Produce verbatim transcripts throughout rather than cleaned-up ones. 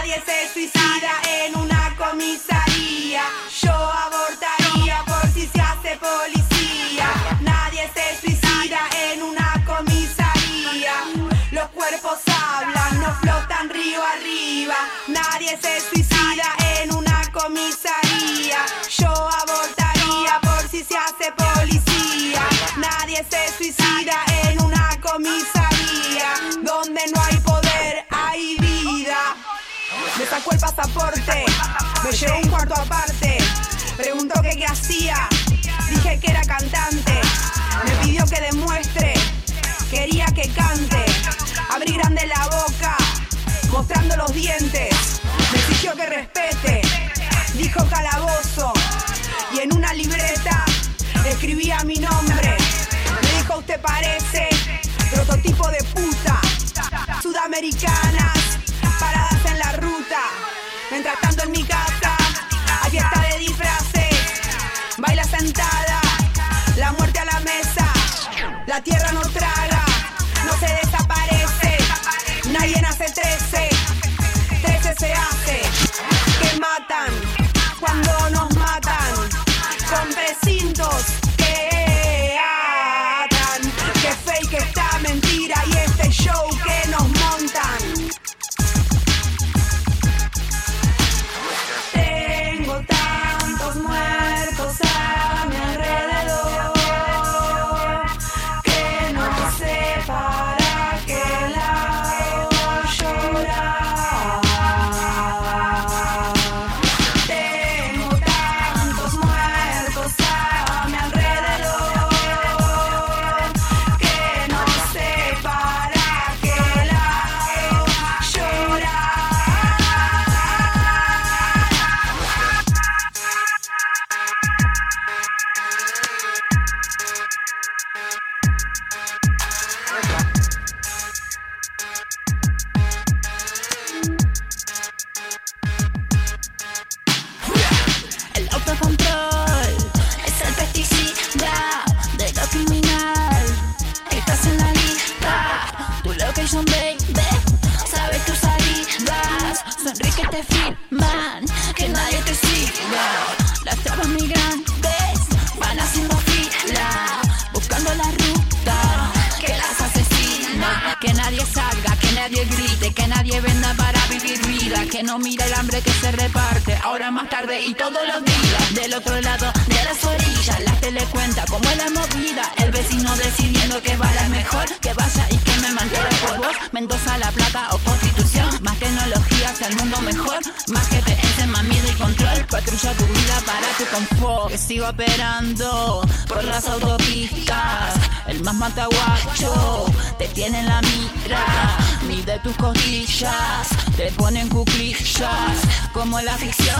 Nadie se suicida en una comisaría. Yo abortaría por si se hace policía. Nadie se suicida en una comisaría. Los cuerpos hablan, no flotan río arriba. Nadie se suicida en una comisaría. Yo abortaría por si se hace policía. Nadie se suicida en una comisaría. Donde no hay poder, hay vida. Me sacó el pasaporte, me llevó un cuarto aparte. Preguntó que qué hacía, dije que era cantante. Me pidió que demuestre, quería que cante. Abrí grande la boca, mostrando los dientes. Me exigió que respete, dijo calabozo. Y en una libreta escribía mi nombre. Me dijo usted parece prototipo de puta. Sudamericanas, paradas en la ruta. Mientras tanto en mi casa hay fiesta de disfraces. Baila sentada, la muerte a la mesa. La tierra no traga, no se desaparece. Nadie nace trece, trece se hace. Que matan cuando nos matan. Con precintos que atan. Que fake esta mentira y este show que nos montan. Tengo tantos muertos a mi alrededor que no sé para qué lado llorar. Tengo tantos muertos a mi alrededor que no sé para qué lado llorar. El autocontrol es el pesticida de lo criminal. Estás en la lista, tu location baby, sabes tus salidas. Sonríe que te filman, que nadie te siga. Las trabas migrantes van haciendo fila, buscando la ruta que las asesina. Que nadie salga, que nadie grite, que nadie venda para vivir vida. Que no mira el hambre que se reparte, ahora más tarde y todos los días. Del otro lado de las orillas, la tele cuenta cómo es la movida. El vecino decidiendo que va la mejor, que vaya y que me mantenga por vos. Mendoza, La Plata o Constitución, más tecnología hacia el mundo mejor. Más que te encen, más miedo y control. Patrulla tu vida para tu confort. Que sigo operando por las autopistas. El más mataguacho te tiene en la mira. Mide tus costillas, te ponen cuclillas como en la ficción.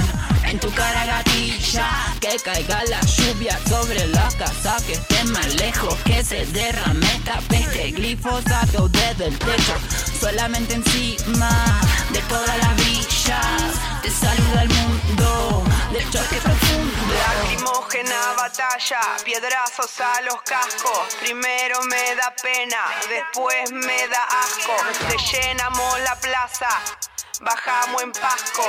En tu cara gatilla, que caiga la lluvia sobre la casa, que esté más lejos, que se derrame esta peste. Glifosato desde el techo, solamente encima de todas las villas. Te saluda el mundo del choque profundo. Lacrimógena batalla, piedrazos a los cascos. Primero me da pena, después me da asco. Rellenamos la plaza, bajamos en Pasco.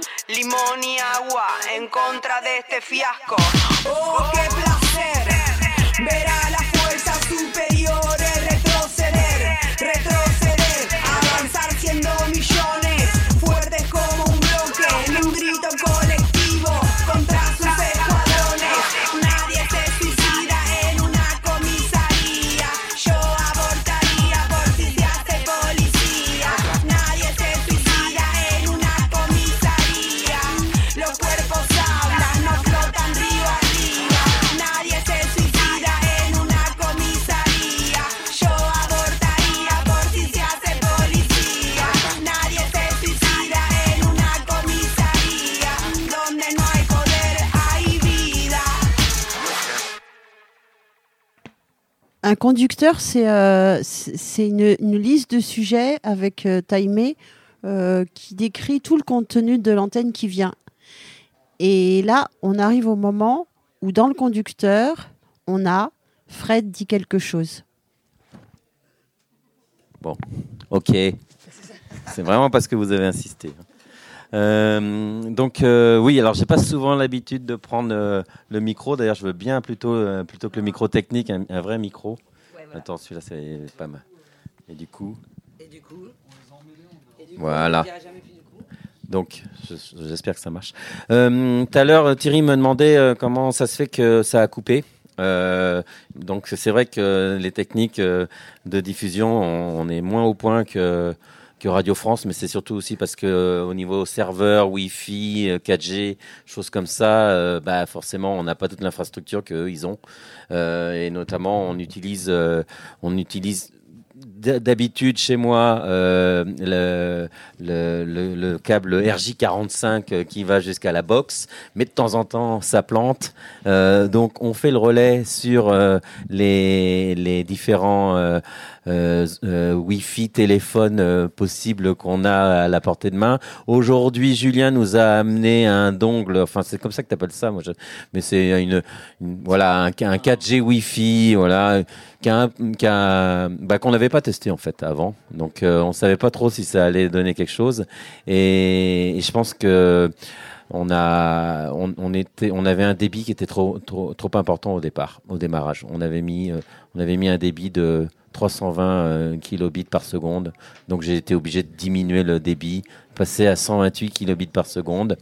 Limón y agua en contra de este fiasco. Oh, qué placer ver a las fuerzas superiores retroceder, retroceder, avanzar siendo millones, fuertes como un bloque, en un grito colectivo contra sus escuadrones. Nadie se suicida en una comisaría. Yo abortaría por si se hace policía. Nadie se suicida en una comisaría. Los cuerpos hablan, no flotan río arriba. Nadie se suicida en una comisaría. Yo abortaría por si se hace policía. Nadie se suicida en una comisaría. Donde no hay poder, hay vida. Un conducteur, c'est euh, c'est c'est une, une liste de sujets avec euh, timé euh, qui décrit tout le contenu de l'antenne qui vient. Et là, on arrive au moment où dans le conducteur, on a Fred dit quelque chose. Bon, ok. C'est vraiment parce que vous avez insisté. Euh, donc euh, oui, alors j'ai pas souvent l'habitude de prendre euh, le micro. D'ailleurs, je veux bien plutôt euh, plutôt que le micro technique, un, un vrai micro. Ouais, voilà. Attends, celui-là c'est pas mal. Et du coup. Et du coup. Et du coup voilà. Donc, je, j'espère que ça marche. Euh, tout à l'heure, Thierry me demandait euh, comment ça se fait que ça a coupé. Euh, donc, c'est vrai que les techniques euh, de diffusion, on, on est moins au point que que Radio France, mais c'est surtout aussi parce que euh, au niveau serveur, Wi-Fi, quatre G, choses comme ça, euh, bah forcément, on n'a pas toute l'infrastructure qu'eux ils ont, euh, et notamment on utilise, euh, on utilise d'habitude chez moi euh, le, le, le, le câble R J quarante-cinq euh, qui va jusqu'à la box, mais de temps en temps ça plante, euh, donc on fait le relais sur euh, les, les différents euh, euh, euh, Wi-Fi téléphones euh, possibles qu'on a à la portée de main. Aujourd'hui, Julien nous a amené un dongle, enfin c'est comme ça que tu appelles ça, moi, je, mais c'est une, une voilà un, un quatre G Wi-Fi, voilà. Qu'un, qu'un, bah, qu'on n'avait pas testé en fait avant, donc euh, on savait pas trop si ça allait donner quelque chose, et, et je pense que on a, on, on était, on avait un débit qui était trop, trop, trop important au départ, au démarrage. On avait mis, euh, on avait mis un débit de trois cent vingt euh, kilobits par seconde, donc j'ai été obligé de diminuer le débit, passer à cent vingt-huit kilobits par seconde,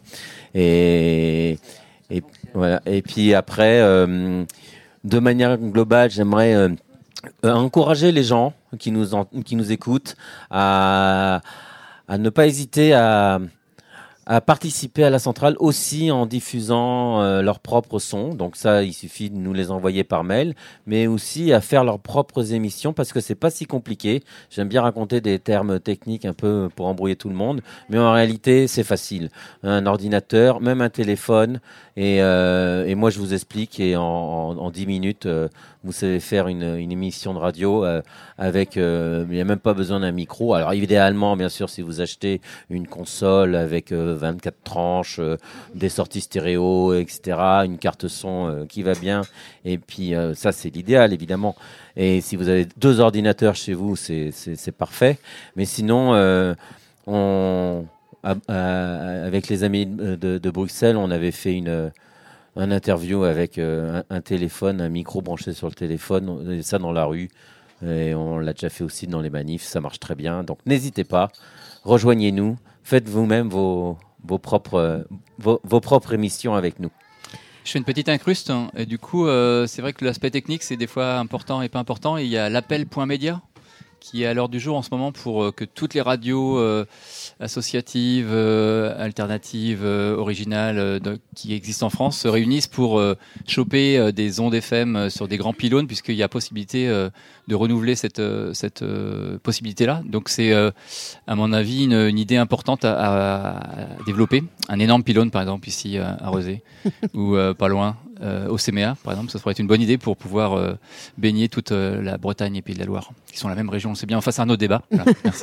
et, et voilà. Et puis après, euh, de manière globale, j'aimerais euh, Euh, encourager les gens qui nous, en, qui nous écoutent à, à ne pas hésiter à, à participer à la centrale aussi en diffusant euh, leurs propres sons. Donc ça, il suffit de nous les envoyer par mail, mais aussi à faire leurs propres émissions parce que c'est pas si compliqué. J'aime bien raconter des termes techniques un peu pour embrouiller tout le monde, mais en réalité, c'est facile. Un ordinateur, même un téléphone, et, euh, et moi je vous explique, et en, en, en dix minutes, euh, vous savez faire une, une émission de radio euh, avec, euh, il n'y a même pas besoin d'un micro. Alors idéalement, bien sûr, si vous achetez une console avec euh, vingt-quatre tranches, euh, des sorties stéréo, et cetera, une carte son euh, qui va bien, et puis euh, ça c'est l'idéal évidemment. Et si vous avez deux ordinateurs chez vous, c'est, c'est, c'est parfait. Mais sinon, euh, on, à, à, avec les amis de, de Bruxelles, on avait fait une un interview avec euh, un, un téléphone, un micro branché sur le téléphone, et ça dans la rue, et on l'a déjà fait aussi dans les manifs, ça marche très bien. Donc n'hésitez pas, rejoignez-nous, faites vous-même vos, vos, propres, vos, vos propres émissions avec nous. Je fais une petite incruste, hein, et du coup, euh, c'est vrai que l'aspect technique, c'est des fois important et pas important, et il y a l'appel.média qui est à l'heure du jour en ce moment pour euh, que toutes les radios euh, associatives, euh, alternatives, euh, originales euh, de, qui existent en France se réunissent pour euh, choper euh, des ondes F M euh, sur des grands pylônes, puisqu'il y a possibilité euh, de renouveler cette, euh, cette euh, possibilité-là. Donc c'est, euh, à mon avis, une, une idée importante à, à, à développer. Un énorme pylône, par exemple, ici à, à Rezé, ou euh, pas loin. Euh, au C M E A, par exemple, ça pourrait être une bonne idée pour pouvoir euh, baigner toute euh, la Bretagne et Pays de la Loire, qui sont la même région. C'est bien. Enfin, c'est un autre débat. Voilà, merci.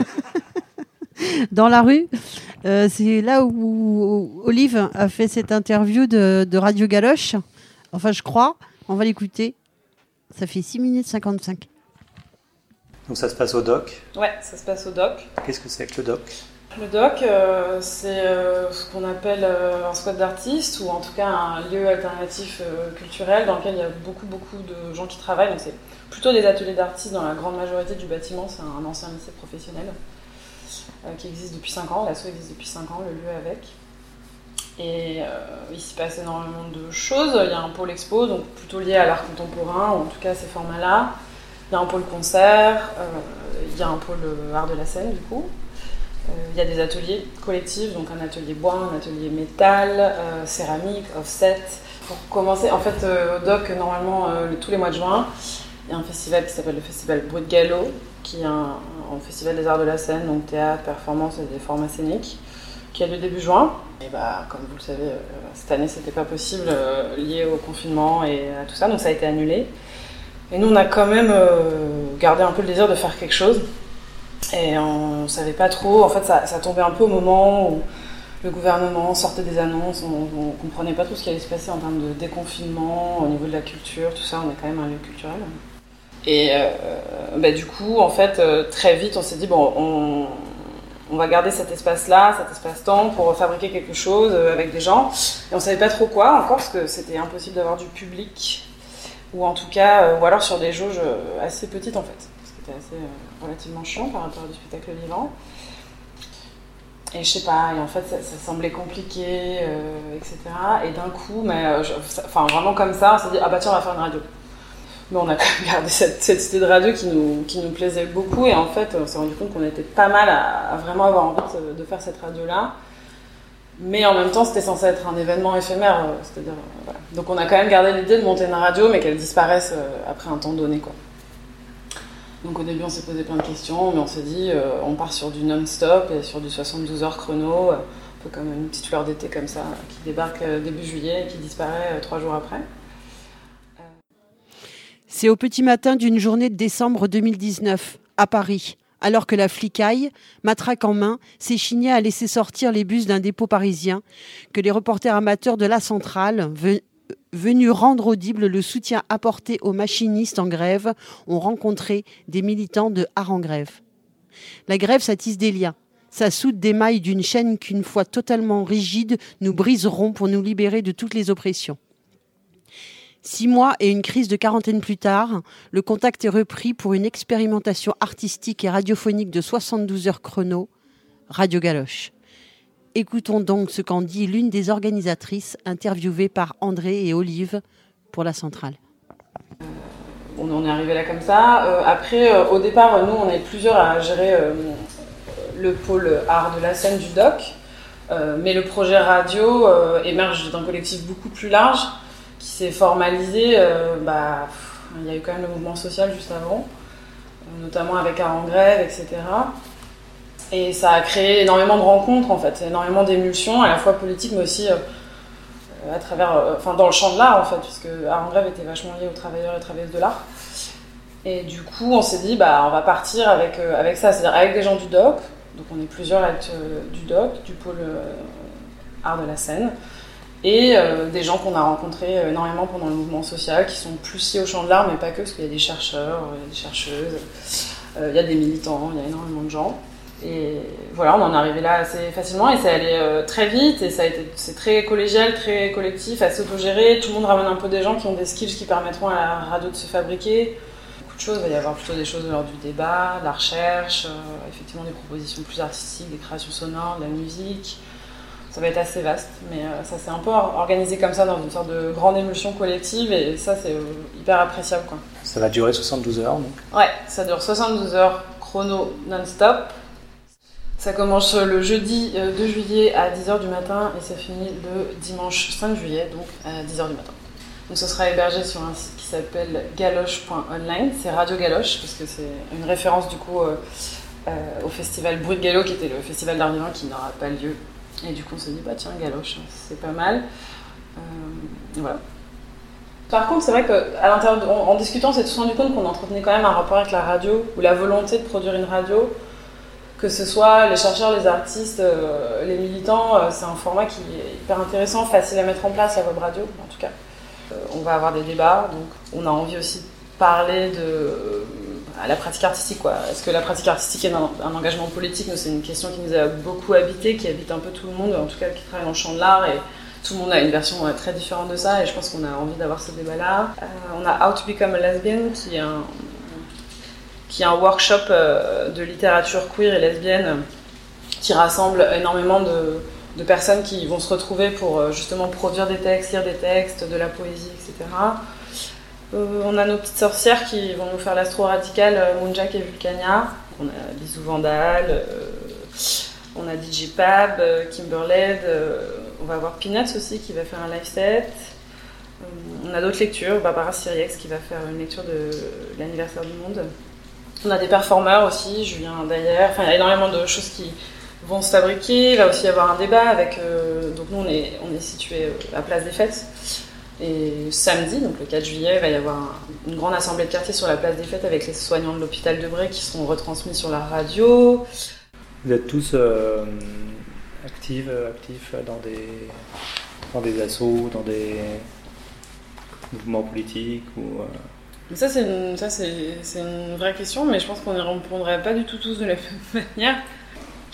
Dans la rue, euh, c'est là où Olive a fait cette interview de, de Radio Galoche. Enfin, je crois. On va l'écouter. Ça fait six minutes cinquante-cinq. Donc ça se passe au D O C ? Ouais, ça se passe au D O C. Qu'est-ce que c'est que le D O C ? Le D O C, euh, c'est euh, ce qu'on appelle euh, un squat d'artistes, ou en tout cas un lieu alternatif euh, culturel dans lequel il y a beaucoup beaucoup de gens qui travaillent. Donc c'est plutôt des ateliers d'artistes dans la grande majorité du bâtiment. C'est un ancien lycée professionnel euh, qui existe depuis cinq ans. L'asso existe depuis cinq ans, le lieu avec. Et euh, il s'y passe énormément de choses. Il y a un pôle expo, donc plutôt lié à l'art contemporain, ou en tout cas à ces formats-là. Il y a un pôle concert, euh, il y a un pôle art de la scène du coup. Il euh, y a des ateliers collectifs, donc un atelier bois, un atelier métal, euh, céramique, offset. Pour commencer, en fait, euh, au D O C, normalement, euh, tous les mois de juin, il y a un festival qui s'appelle le festival Bruit de Galop, qui est un, un festival des arts de la scène, donc théâtre, performance et des formats scéniques, qui a lieu début juin. Et bah, comme vous le savez, euh, cette année, c'était pas possible, euh, lié au confinement et à tout ça, donc ça a été annulé. Et nous, on a quand même euh, gardé un peu le désir de faire quelque chose. Et on savait pas trop, en fait ça, ça tombait un peu au moment où le gouvernement sortait des annonces, on, on comprenait pas trop ce qui allait se passer en termes de déconfinement, au niveau de la culture, tout ça, on est quand même un lieu culturel. Et euh, bah, du coup, en fait, euh, très vite, on s'est dit, bon, on, on va garder cet espace-là, cet espace-temps pour fabriquer quelque chose avec des gens. Et on ne savait pas trop quoi encore, parce que c'était impossible d'avoir du public, ou en tout cas, euh, ou alors sur des jauges assez petites en fait, ce qui était assez euh, relativement chiant par rapport à du spectacle vivant. Et je sais pas, et en fait ça, ça semblait compliqué, euh, et cetera. Et d'un coup, mais, euh, je, enfin vraiment comme ça, on s'est dit, ah bah tiens, on va faire une radio. Mais on a quand même gardé cette, cette idée de radio qui nous, qui nous plaisait beaucoup, et en fait on s'est rendu compte qu'on était pas mal à, à vraiment avoir envie de, de faire cette radio-là. Mais en même temps c'était censé être un événement éphémère, euh, c'est-à-dire, euh, voilà. Donc on a quand même gardé l'idée de monter une radio, mais qu'elle disparaisse euh, après un temps donné, quoi. Donc au début on s'est posé plein de questions, mais on s'est dit euh, on part sur du non-stop et sur du soixante-douze heures chrono, euh, un peu comme une petite fleur d'été comme ça, qui débarque euh, début juillet et qui disparaît euh, trois jours après. Euh... C'est au petit matin d'une journée de décembre deux mille dix-neuf, à Paris, alors que la flicaille, matraque en main, s'échignait à laisser sortir les bus d'un dépôt parisien, que les reporters amateurs de la centrale, ve- venus rendre audible le soutien apporté aux machinistes en grève, ont rencontré des militants de Art en grève. La grève, ça tisse des liens. Ça soude des mailles d'une chaîne qu'une fois totalement rigide, nous briserons pour nous libérer de toutes les oppressions. Six mois et une crise de quarantaine plus tard, le contact est repris pour une expérimentation artistique et radiophonique de soixante-douze heures chrono, Radio Galoche. Écoutons donc ce qu'en dit l'une des organisatrices interviewée par André et Olive pour la centrale. Euh, on en est arrivé là comme ça. Euh, après, euh, au départ, nous, on est plusieurs à gérer euh, le pôle art de la scène du doc. Euh, mais le projet radio euh, émerge d'un collectif beaucoup plus large qui s'est formalisé. Euh, bah, pff, il y a eu quand même le mouvement social juste avant, euh, notamment avec Art en grève, et cetera. Et ça a créé énormément de rencontres, en fait, énormément d'émulsions, à la fois politiques, mais aussi euh, à travers, euh, enfin, dans le champ de l'art, en fait, puisque Art en grève était vachement lié aux travailleurs et travailleuses de l'art. Et du coup, on s'est dit, bah, on va partir avec, euh, avec ça, c'est-à-dire avec des gens du doc. Donc, on est plusieurs à être euh, du doc, du pôle euh, art de la scène, et euh, des gens qu'on a rencontrés euh, énormément pendant le mouvement social, qui sont plus liés au champ de l'art, mais pas que, parce qu'il y a des chercheurs, euh, des chercheuses, euh, il y a des militants, il y a énormément de gens. Et voilà, on en est arrivé là assez facilement et ça allait euh, très vite et ça a été, c'est très collégial, très collectif, assez autogéré. Tout le monde ramène un peu des gens qui ont des skills qui permettront à la radio de se fabriquer. Beaucoup de choses, il va y avoir plutôt des choses lors du débat, de la recherche, euh, effectivement des propositions plus artistiques, des créations sonores, de la musique. Ça va être assez vaste, mais euh, ça s'est un peu organisé comme ça dans une sorte de grande émulsion collective et ça c'est euh, hyper appréciable, quoi. Ça va durer soixante-douze heures donc. Ouais, ça dure soixante-douze heures chrono non-stop. Ça commence le jeudi deux juillet à dix heures du matin et ça finit le dimanche cinq juillet, donc à dix heures du matin. Donc ce sera hébergé sur un site qui s'appelle galoche point online, c'est Radio Galoche, parce que c'est une référence du coup euh, euh, au festival Bruit de Gallo, qui était le festival d'art vivant qui n'aura pas lieu. Et du coup on s'est dit, bah tiens, Galoche, c'est pas mal. Euh, voilà. Par contre, c'est vrai qu'à l'intérieur, de, en, en discutant, on s'est tous rendu compte qu'on entretenait quand même un rapport avec la radio, ou la volonté de produire une radio. Que ce soit les chercheurs, les artistes, euh, les militants, euh, c'est un format qui est hyper intéressant, facile à mettre en place, la web radio en tout cas. Euh, on va avoir des débats, donc on a envie aussi de parler de euh, la pratique artistique, quoi. Est-ce que la pratique artistique est un, un engagement politique? Nous, c'est une question qui nous a beaucoup habité, qui habite un peu tout le monde, en tout cas qui travaille dans le champ de l'art, et tout le monde a une version euh, très différente de ça, et je pense qu'on a envie d'avoir ce débat-là. Euh, on a How to Become a Lesbian, qui est un... qui est un workshop de littérature queer et lesbienne qui rassemble énormément de, de personnes qui vont se retrouver pour justement produire des textes, lire des textes, de la poésie, et cetera. Euh, on a nos petites sorcières qui vont nous faire l'astro radical, Moonjack et Vulcania. On a Bisou Vandal, euh, on a D J Pab, Kimberled, euh, on va avoir Peanuts aussi qui va faire un live set. Euh, on a d'autres lectures, Barbara Siriex qui va faire une lecture de l'anniversaire du monde. On a des performeurs aussi, Julien Dayer, enfin il y a énormément de choses qui vont se fabriquer. Il va aussi y avoir un débat avec, euh, donc nous on est, on est situé à Place des Fêtes, et samedi, donc le quatre juillet, il va y avoir un, une grande assemblée de quartier sur la Place des Fêtes avec les soignants de l'hôpital de Bray qui seront retransmis sur la radio. Vous êtes tous euh, actifs, actifs dans des, dans des assos, dans des mouvements politiques ou... Euh... Ça, c'est une, ça c'est, c'est une vraie question, mais je pense qu'on n'y répondrait pas du tout tous de la même manière.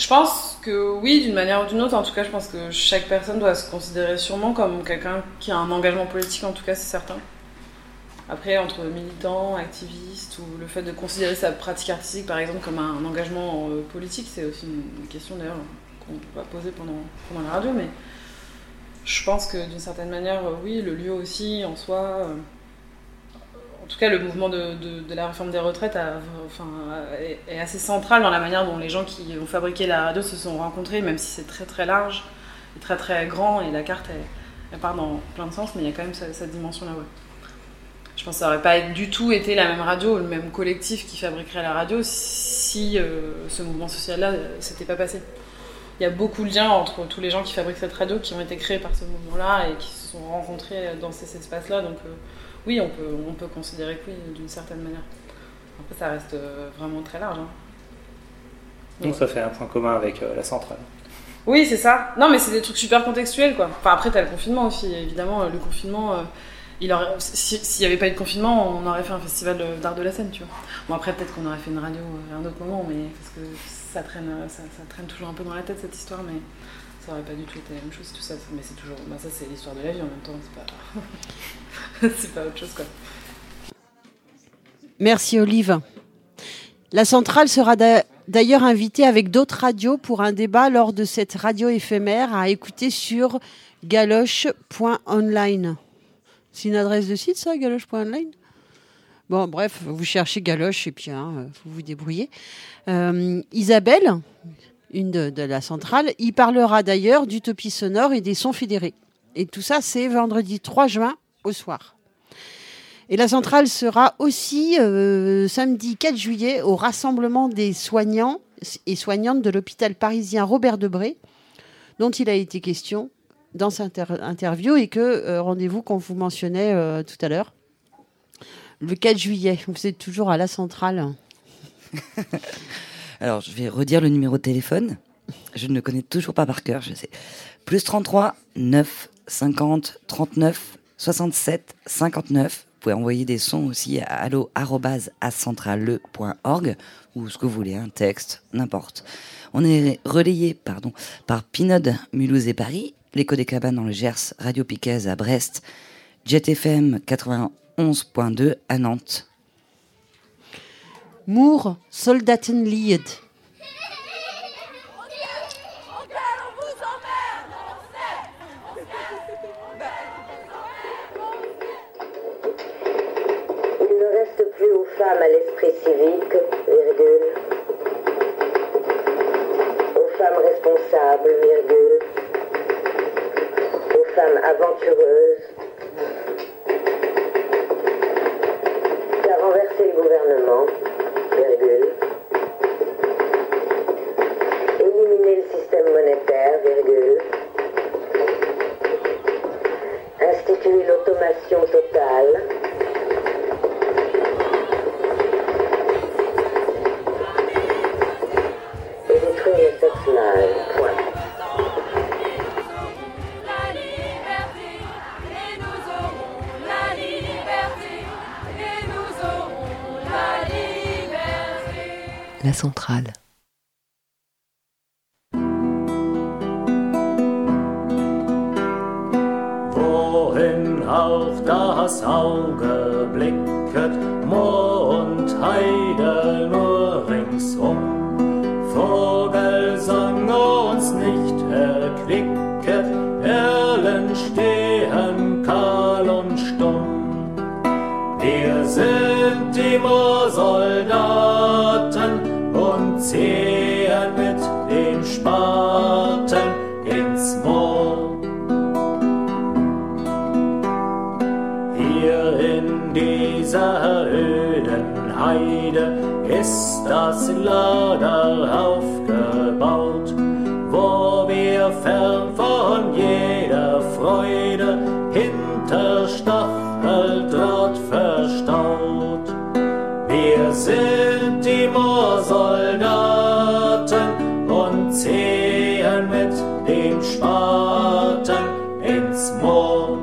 Je pense que oui, d'une manière ou d'une autre. En tout cas, je pense que chaque personne doit se considérer sûrement comme quelqu'un qui a un engagement politique, en tout cas, c'est certain. Après, entre militants, activistes, ou le fait de considérer sa pratique artistique, par exemple, comme un, un engagement euh, politique, c'est aussi une, une question, d'ailleurs, qu'on va poser pendant, pendant la radio, mais je pense que, d'une certaine manière, euh, oui, le lieu aussi, en soi... Euh, en tout cas, le mouvement de, de, de la réforme des retraites a, enfin, est, est assez central dans la manière dont les gens qui ont fabriqué la radio se sont rencontrés, même si c'est très très large et très très grand, et la carte, elle, elle part dans plein de sens, mais il y a quand même cette, cette dimension-là, ouais. Je pense que ça n'aurait pas du tout été la même radio, le même collectif qui fabriquerait la radio si euh, ce mouvement social-là ne s'était pas passé. Il y a beaucoup de liens entre tous les gens qui fabriquent cette radio, qui ont été créés par ce mouvement-là et qui se sont rencontrés dans ces espaces-là, donc... Euh, oui, on peut, on peut considérer que oui, d'une certaine manière. Après, ça reste vraiment très large. Hein. Donc, ça fait un point commun avec euh, la centrale. Oui, c'est ça. Non, mais c'est des trucs super contextuels, quoi. Enfin, après, t'as le confinement aussi. Évidemment, le confinement, euh, il aurait... s'il n'y avait pas eu de confinement, on aurait fait un festival d'art de la scène, tu vois. Bon, après, peut-être qu'on aurait fait une radio à un autre moment, mais parce que ça traîne, ça, ça traîne toujours un peu dans la tête, cette histoire, mais... ça aurait pas du tout été la même chose, tout ça, mais c'est toujours... Bah ça, c'est l'histoire de la vie en même temps, c'est pas... c'est pas autre chose, quoi. Merci, Olive. La centrale sera d'ailleurs invitée avec d'autres radios pour un débat lors de cette radio éphémère à écouter sur galoche point online. C'est une adresse de site, ça, galoche point online ? Bon, bref, vous cherchez Galoche et puis hein, vous vous débrouillez. Euh, Isabelle... une de, de la centrale, il parlera d'ailleurs d'utopie sonore et des sons fédérés. Et tout ça, c'est vendredi trois juin au soir. Et la centrale sera aussi euh, samedi quatre juillet au rassemblement des soignants et soignantes de l'hôpital parisien Robert Debré, dont il a été question dans cette inter- interview et que euh, rendez-vous qu'on vous mentionnait euh, tout à l'heure. Le quatre juillet, vous êtes toujours à la centrale. Alors, je vais redire le numéro de téléphone. Je ne le connais toujours pas par cœur, je sais. Plus trente-trois, neuf, cinquante, trente-neuf, soixante-sept, cinquante-neuf. Vous pouvez envoyer des sons aussi à allo arobase acentrale point org ou ce que vous voulez, un texte, n'importe. On est relayé pardon, par Pinode, Mulhouse et Paris, l'Écho des Cabanes dans le Gers, Radio Piquez à Brest, Jet F M quatre-vingt-onze point deux à Nantes. Moore, Soldatenlied. Il ne reste plus aux femmes à l'esprit civique, virgule, aux femmes responsables, virgule, aux femmes aventureuses, qu'à renverser le gouvernement, virgule, éliminer le système monétaire, virgule, instituer l'automation totale, et détruire le sexe mâle, point. La centrale. Wohin auch das Auge blicket, Moor und Heide nur ringsum. Vogelsang uns nicht erquicket, Erlen stehen kahl und stumm. Wir sind die Moorsoldaten und ziehen mit den Spaten ins Moor. Hier in dieser öden Heide ist das Lager aufgebaut, wo wir fern von jeder Freude hinter Stacheldraht verstaut. Wir sind die Moorsoldaten und ziehen mit den Spaten ins Moor.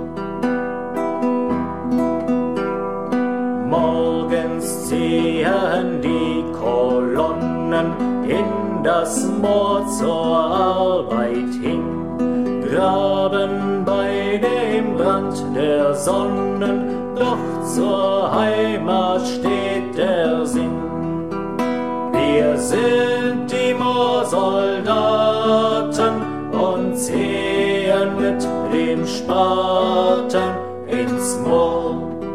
Morgens ziehen die Kolonnen in das Moor zur Arbeit hin, graben bei dem Brand der Sonnen, doch zur Heimat steht der Sinn. Wir sind die Moorsoldaten und ziehen mit dem Spaten ins Moor.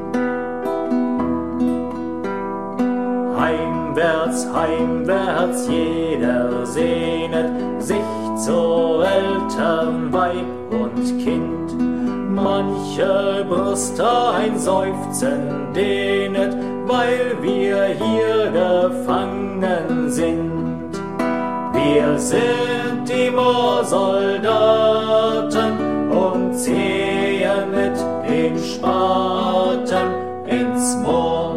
Heimwärts, heimwärts, jeder sehnet sich zu Eltern, Weib und Kind. Manche Brust ein Seufzen dehnet, weil wir hier gefangen sind. Wir sind die Moorsoldaten und ziehen mit dem Spaten ins Moor.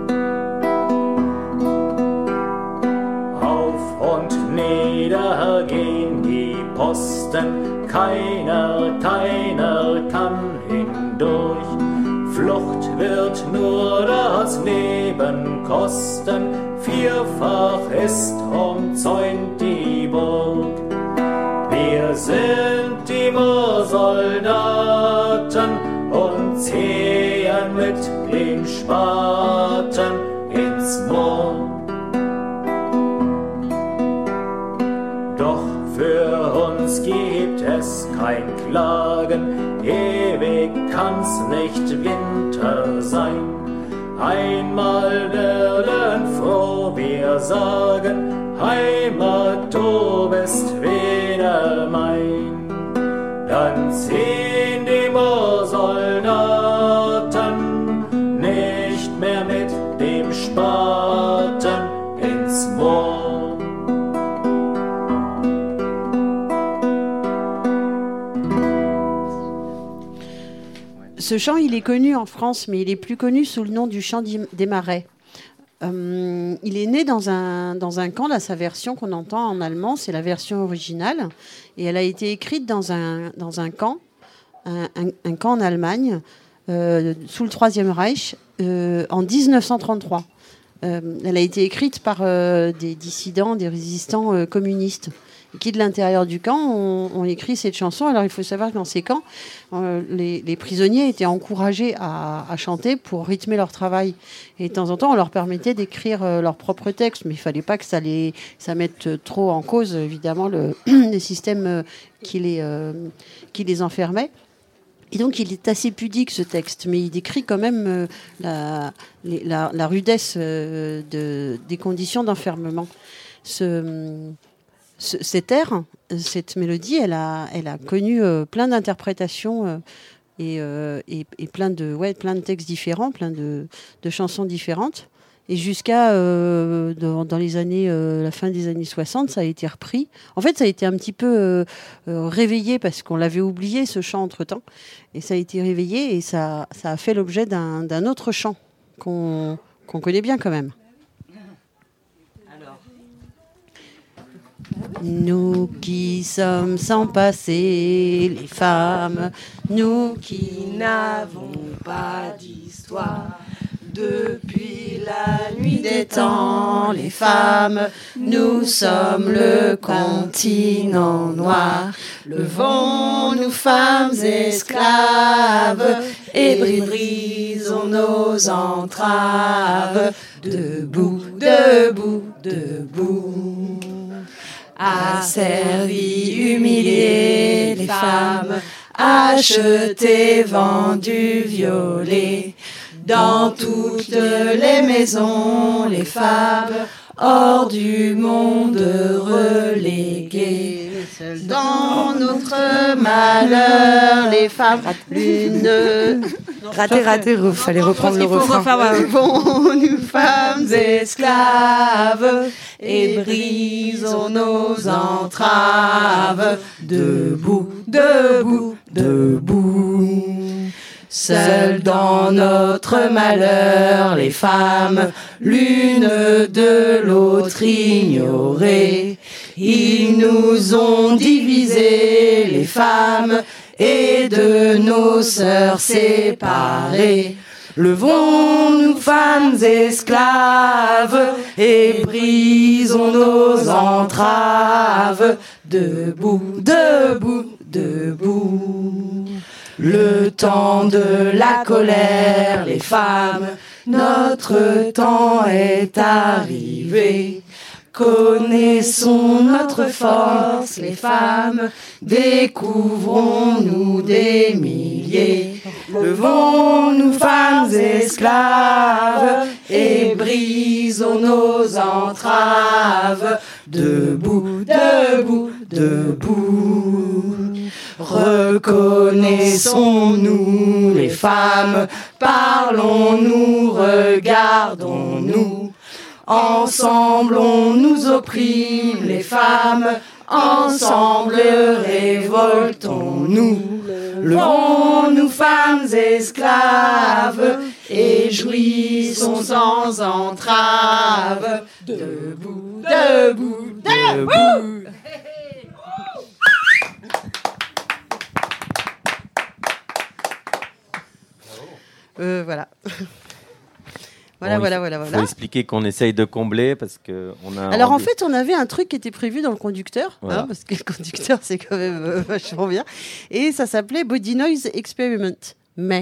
Auf und nieder gehen die Posten, keiner, keiner kann hindurch. Flucht wird nur das Leben kosten, vierfach ist umzäunt die Burg. Wir sind die Moorsoldaten und ziehen mit dem Spaten ins Moor. Doch für uns gibt es kein Klagen, ewig kann's nicht Winter sein. Einmal werden froh wir sagen, Heimat, du bist wieder mein. Dann ziehen die Moorsoldaten nicht mehr mit dem Spaten ins Moor. Ce chant, il est connu en France, mais il est plus connu sous le nom du chant des Marais. Euh, il est né dans un, dans un camp, là, sa version qu'on entend en allemand, c'est la version originale, et elle a été écrite dans un, dans un camp, un, un, un camp en Allemagne, euh, sous le Troisième Reich, euh, en dix-neuf cent trente-trois. Euh, elle a été écrite par euh, des dissidents, des résistants euh, communistes, qui de l'intérieur du camp ont, ont écrit cette chanson. Alors il faut savoir que dans ces camps, euh, les, les prisonniers étaient encouragés à, à chanter pour rythmer leur travail. Et de temps en temps, on leur permettait d'écrire euh, leurs propres textes, mais il fallait pas que ça, les, ça mette trop en cause, évidemment, le, le système euh, qui, les, euh, qui les enfermait. Et donc, il est assez pudique, ce texte, mais il décrit quand même euh, la, les, la, la rudesse euh, de, des conditions d'enfermement. Ce... Cet air, cette mélodie, elle a, elle a connu euh, plein d'interprétations euh, et, euh, et, et plein, de, ouais, plein de textes différents, plein de, de chansons différentes. Et jusqu'à euh, dans, dans les années, euh, la fin des années soixante, ça a été repris. En fait, ça a été un petit peu euh, euh, réveillé parce qu'on l'avait oublié, ce chant, entre-temps. Et ça a été réveillé et ça, ça a fait l'objet d'un, d'un autre chant qu'on, qu'on connaît bien quand même. Nous qui sommes sans passé, les femmes, nous qui n'avons pas d'histoire. Depuis la nuit des temps, les femmes, nous sommes le continent noir. Levons-nous, femmes esclaves, et brisons nos entraves. Debout, debout, debout. Asservis, humiliés, les femmes, achetées, vendues, violées. Dans toutes les maisons, les femmes, hors du monde reléguées. Dans notre malheur, les femmes, l'une... Raté, raté, il fallait reprendre le refrain. Levons-nous, femmes esclaves, et brisons nos entraves. Debout, debout, debout. Seules dans notre malheur, les femmes, l'une de l'autre ignorées. Ils nous ont divisés, les femmes, et de nos sœurs séparées. Levons-nous, femmes esclaves, et brisons nos entraves. Debout, debout, debout. Le temps de la colère, les femmes, notre temps est arrivé. Connaissons notre force, les femmes, découvrons-nous des milliers. Levons-nous, femmes esclaves, et brisons nos entraves. Debout, debout, debout. Reconnaissons-nous, les femmes, parlons-nous, regardons-nous. Ensemble on nous opprime, les femmes, ensemble révoltons-nous. Levons-nous, femmes esclaves, et jouissons sans entrave. Debout, debout, debout. Euh, voilà. Voilà, Bon, voilà, il voilà, faut voilà. expliquer qu'on essaye de combler parce que on a. Alors en envie- fait, on avait un truc qui était prévu dans le conducteur, Voilà. hein, parce que le conducteur c'est quand même euh, vachement bien, et ça s'appelait Body Noise Experiment. Mais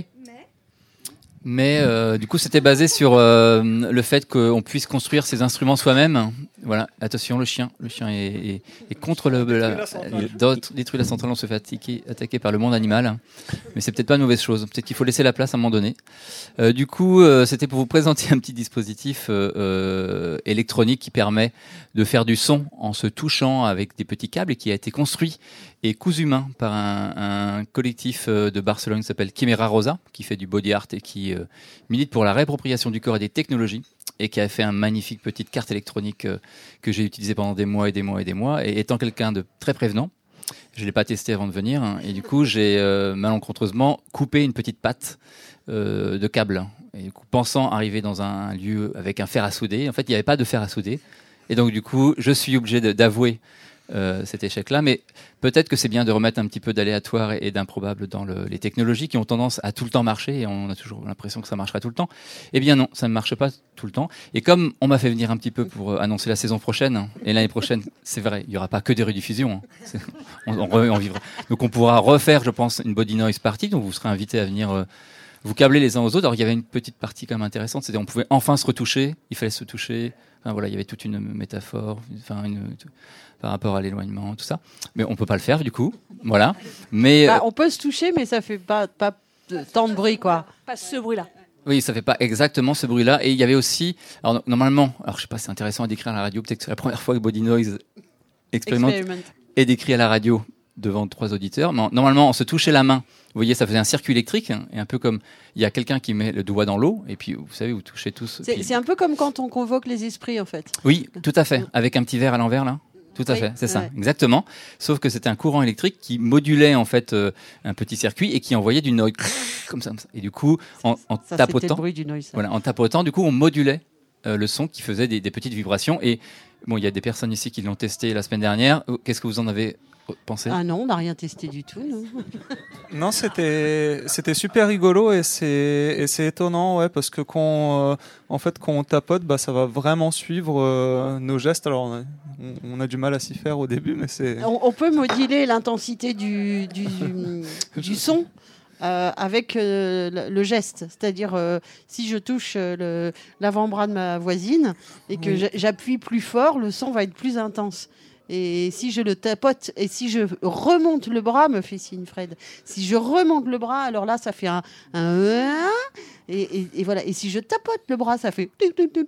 Mais euh, du coup, c'était basé sur euh, le fait qu'on puisse construire ses instruments soi-même. Voilà, attention, le chien, le chien est, est, est contre le, la, il d'autres- détruit la centrale, on se fait attaquer, attaquer par le monde animal. Mais c'est peut-être pas une mauvaise chose. Peut-être qu'il faut laisser la place à un moment donné. Euh, du coup, euh, c'était pour vous présenter un petit dispositif euh, euh, électronique qui permet de faire du son en se touchant avec des petits câbles et qui a été construit et cousu main par un, un collectif euh, de Barcelone qui s'appelle Quimera Rosa, qui fait du body art et qui euh, milite pour la réappropriation du corps et des technologies, et qui a fait un magnifique petite carte électronique euh, que j'ai utilisée pendant des mois et des mois et des mois. Et étant quelqu'un de très prévenant, je ne l'ai pas testé avant de venir, hein, et du coup j'ai euh, malencontreusement coupé une petite patte euh, de câble. Et du coup, pensant arriver dans un lieu avec un fer à souder, en fait il n'y avait pas de fer à souder. Et donc du coup, je suis obligé de- d'avouer euh, cet échec-là, mais peut-être que c'est bien de remettre un petit peu d'aléatoire et, et d'improbable dans le- les technologies qui ont tendance à tout le temps marcher, et on a toujours l'impression que ça marcherait tout le temps. Eh bien non, ça ne marche pas tout le temps. Et comme on m'a fait venir un petit peu pour euh, annoncer la saison prochaine, hein, et l'année prochaine, c'est vrai, il n'y aura pas que des rediffusions. Hein. C'est- On, on re- on vivra. Donc on pourra refaire, je pense, une Body Noise Party, donc vous serez invités à venir euh, vous câbler les uns aux autres. Alors il y avait une petite partie quand même intéressante, c'était on pouvait enfin se retoucher, il fallait se toucher. Enfin, voilà, il y avait toute une métaphore, enfin, une, tout- par rapport à l'éloignement, tout ça. Mais on peut pas le faire du coup, voilà. Mais bah, euh, on peut se toucher, mais ça fait pas, pas de- tant de bruit, quoi. Pas ce bruit-là. oui, ça fait pas exactement ce bruit-là. Et il y avait aussi, alors no- normalement, alors je sais pas, c'est intéressant à décrire à la radio. Peut-être que c'est la première fois que Body Noise expérimente Experiment. est décrit à la radio devant trois auditeurs. Mais en- normalement, on se touchait la main. Vous voyez, ça faisait un circuit électrique, hein, et un peu comme il y a quelqu'un qui met le doigt dans l'eau, et puis vous savez, vous touchez tous. C'est puis- c'est un peu comme quand on convoque les esprits, en fait. Oui, tout à fait. Avec un petit verre à l'envers, là. Tout à Oui, fait, c'est ça, ouais. exactement. Sauf que c'était un courant électrique qui modulait en fait euh, un petit circuit et qui envoyait du noise comme ça, comme ça. Et du coup, en, en Ça, c'était le tapotant, bruit du noise. ça. voilà, en tapotant, du coup, on modulait euh, le son qui faisait des, des petites vibrations. Et bon, il y a des personnes ici qui l'ont testé la semaine dernière. Euh, Qu'est-ce que vous en avez euh, pensé? Ah non, on n'a rien testé du tout, non. Non, c'était c'était super rigolo et c'est et c'est étonnant, ouais, parce que quand euh, en fait quand on tapote, bah ça va vraiment suivre euh, nos gestes. Alors on a, on- on a du mal à s'y faire au début, mais c'est On, on peut moduler l'intensité du, du, du, du son euh, avec euh, le, le geste. C'est-à-dire, euh, si je touche euh, le- l'avant-bras de ma voisine et que Oui. j'a- j'appuie plus fort, le son va être plus intense. Et si je le tapote, et si je remonte le bras, me fait signe Fred, si je remonte le bras, alors là, ça fait un... un et, et- et voilà. Et si je tapote le bras, ça fait...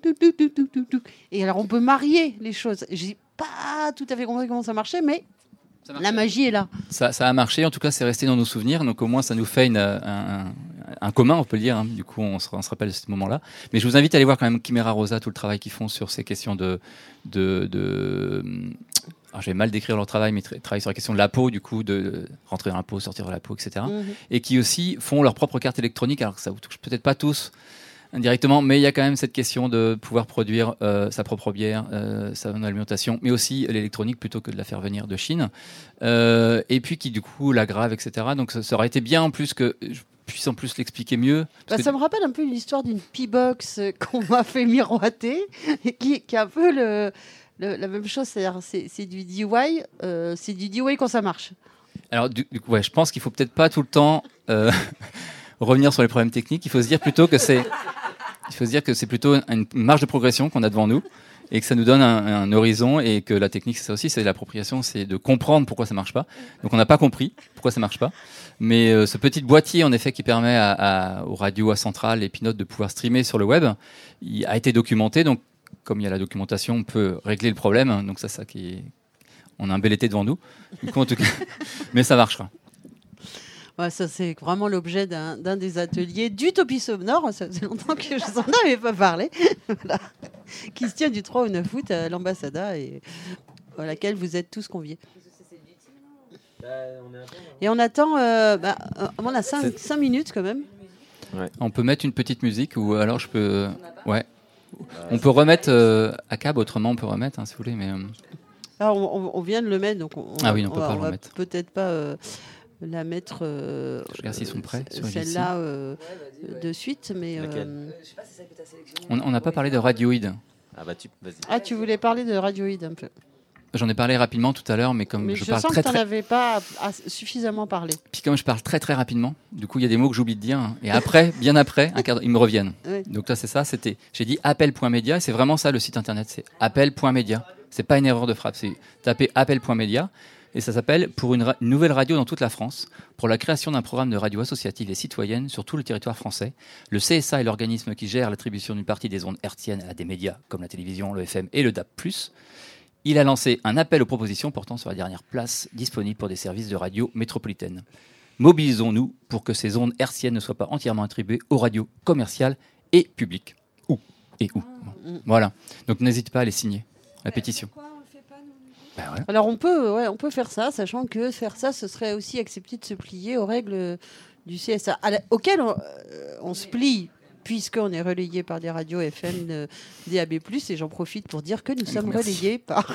Et alors, on peut marier les choses. J'ai pas tout à fait compris comment ça marchait, mais la magie est là. Ça, ça a marché, en tout cas c'est resté dans nos souvenirs, donc au moins ça nous fait une, un, un- un commun, on peut le dire, hein. Du coup on se, on se rappelle de ce moment-là. Mais je vous invite à aller voir quand même Quimera Rosa, tout le travail qu'ils font sur ces questions de... de, de alors, je vais mal décrire leur travail, mais tra- travailler sur la question de la peau, du coup, de, de rentrer dans la peau, sortir de la peau, et cetera. Mhm. Et qui aussi font leur propre carte électronique, alors que ça vous touche peut-être pas tous indirectement, mais il y a quand même cette question de pouvoir produire euh, sa propre bière, euh, sa alimentation, mais aussi l'électronique plutôt que de la faire venir de Chine. Euh, et puis qui du coup l'aggrave, et cetera. Donc ça, ça aurait été bien en plus que, je puisse en plus l'expliquer mieux. Bah, que... Ça me rappelle un peu l'histoire d'une P-Box qu'on m'a fait miroiter, et qui, qui est un peu le, le, la même chose. C'est-à-dire, c'est, c'est du D I Y, euh, c'est du D I Y quand ça marche. Alors, du, du coup, ouais, je pense qu'il faut peut-être pas tout le temps euh, revenir sur les problèmes techniques. Il faut se dire plutôt que c'est, il faut se dire que c'est plutôt une marge de progression qu'on a devant nous. Et que ça nous donne un, un horizon, et que la technique, c'est ça aussi, c'est l'appropriation, c'est de comprendre pourquoi ça marche pas. Donc on n'a pas compris pourquoi ça marche pas. Mais euh, ce petit boîtier, en effet, qui permet à, à, aux radios, à Centrale et Pinot de pouvoir streamer sur le web, il a été documenté. Donc comme il y a la documentation, on peut régler le problème. Donc ça, ça qui est... on a un bel été devant nous. Du coup, en tout cas, mais ça marchera. Ouais, ça, c'est vraiment l'objet d'un, d'un des ateliers d'Utopie Sonore. Ça faisait longtemps que je n'en avais pas parlé. Voilà. Qui se tient du trois au neuf août à l'Ambassada et à laquelle vous êtes tous conviés. Et on attend, euh, bah, on a cinq minutes quand même. Ouais. On peut mettre une petite musique ou alors je peux. Ouais. On peut remettre euh, à cab, autrement on peut remettre hein, si vous voulez. Mais, euh... alors, on, on vient de le mettre, donc on, ah oui, on, on peut va, pas on le va remettre. Peut-être pas. Euh, la mettre euh, je regarde s'ils sont prêts sur celle-là euh, de suite, mais euh... on n'a pas parlé de Radiohead. Ah bah tu vas-y. Ah, tu voulais parler de Radiohead un peu. J'en ai parlé rapidement tout à l'heure, mais comme mais je, je parle sens très que tu très n'en avais pas suffisamment parlé. Puis comme je parle très très rapidement, du coup il y a des mots que j'oublie de dire hein, et après, bien après, un quart... ils me reviennent. Oui. Donc là c'est ça, c'était j'ai dit appel point média et c'est vraiment ça le site internet, c'est appel point média. C'est pas une erreur de frappe, c'est taper appel point média. Et ça s'appelle « Pour une, ra- une nouvelle radio dans toute la France, pour la création d'un programme de radio associative et citoyenne sur tout le territoire français. Le C S A est l'organisme qui gère l'attribution d'une partie des ondes hertziennes à des médias comme la télévision, le F M et le D A B plus. Il a lancé un appel aux propositions portant sur la dernière place disponible pour des services de radio métropolitaine. Mobilisons-nous pour que ces ondes hertziennes ne soient pas entièrement attribuées aux radios commerciales et publiques. Où et où bon. Voilà. Donc n'hésitez pas à les signer, la pétition. Ben ouais. Alors on peut, ouais, on peut faire ça, sachant que faire ça, ce serait aussi accepter de se plier aux règles du C S A, la, auxquelles on, euh, on se plie, puisqu'on est relayé par des radios F M, euh, D A B plus, et j'en profite pour dire que nous sommes Merci. relayés par...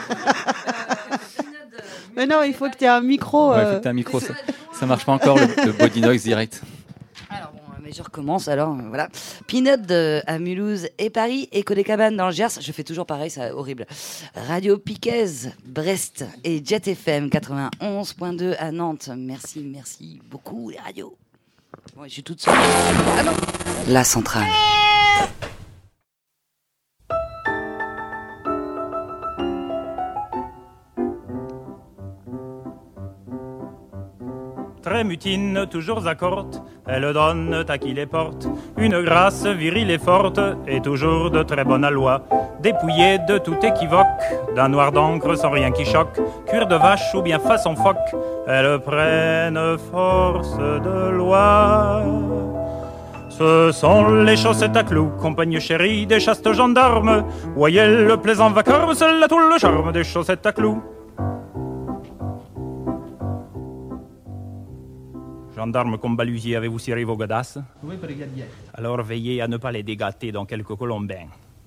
Mais non, il faut que tu aies un micro. Ouais, il euh... faut que tu aies un micro, ça, ça marche pas encore, le, le body noise direct. Alors bon, mais je recommence alors, euh, voilà. Pinot de, à Mulhouse et Paris, Écho des Cabanes dans le Gers, je fais toujours pareil, c'est horrible. Radio Piquez, Brest et Jet F M quatre-vingt-onze point deux à Nantes. Merci, merci beaucoup les radios. Bon, je suis toute seule. Ah non. La centrale. Très mutine, toujours accorte, elle donne à qui les porte une grâce virile et forte, et toujours de très bonne aloi. Dépouillée de tout équivoque, d'un noir d'encre sans rien qui choque, cuir de vache ou bien façon phoque, elles prennent force de loi. Ce sont les chaussettes à clous, compagne chérie des chastes gendarmes. Voyez le plaisant vacarme, c'est là tout le charme des chaussettes à clous. Gendarme comme balusier, avez-vous ciré vos godasses? Oui, brigadier. Alors veillez à ne pas les dégâter dans quelques colombins.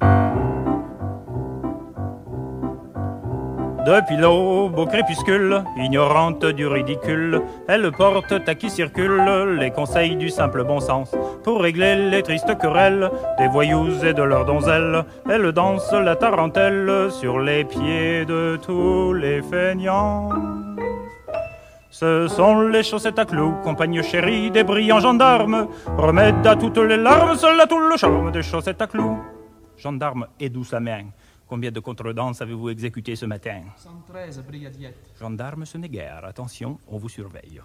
Depuis l'aube au crépuscule, ignorante du ridicule, elle porte à qui circule les conseils du simple bon sens. Pour régler les tristes querelles des voyous et de leurs donzelles, elle danse la tarentelle sur les pieds de tous les feignants. Ce sont les chaussettes à clous, compagne chérie des brillants gendarmes, remède à toutes les larmes, seul à tout le charme des chaussettes à clous. Gendarme et douce main, combien de contredanses avez-vous exécuté ce matin? cent treize, brigadier. Gendarme, ce n'est guère, attention, on vous surveille.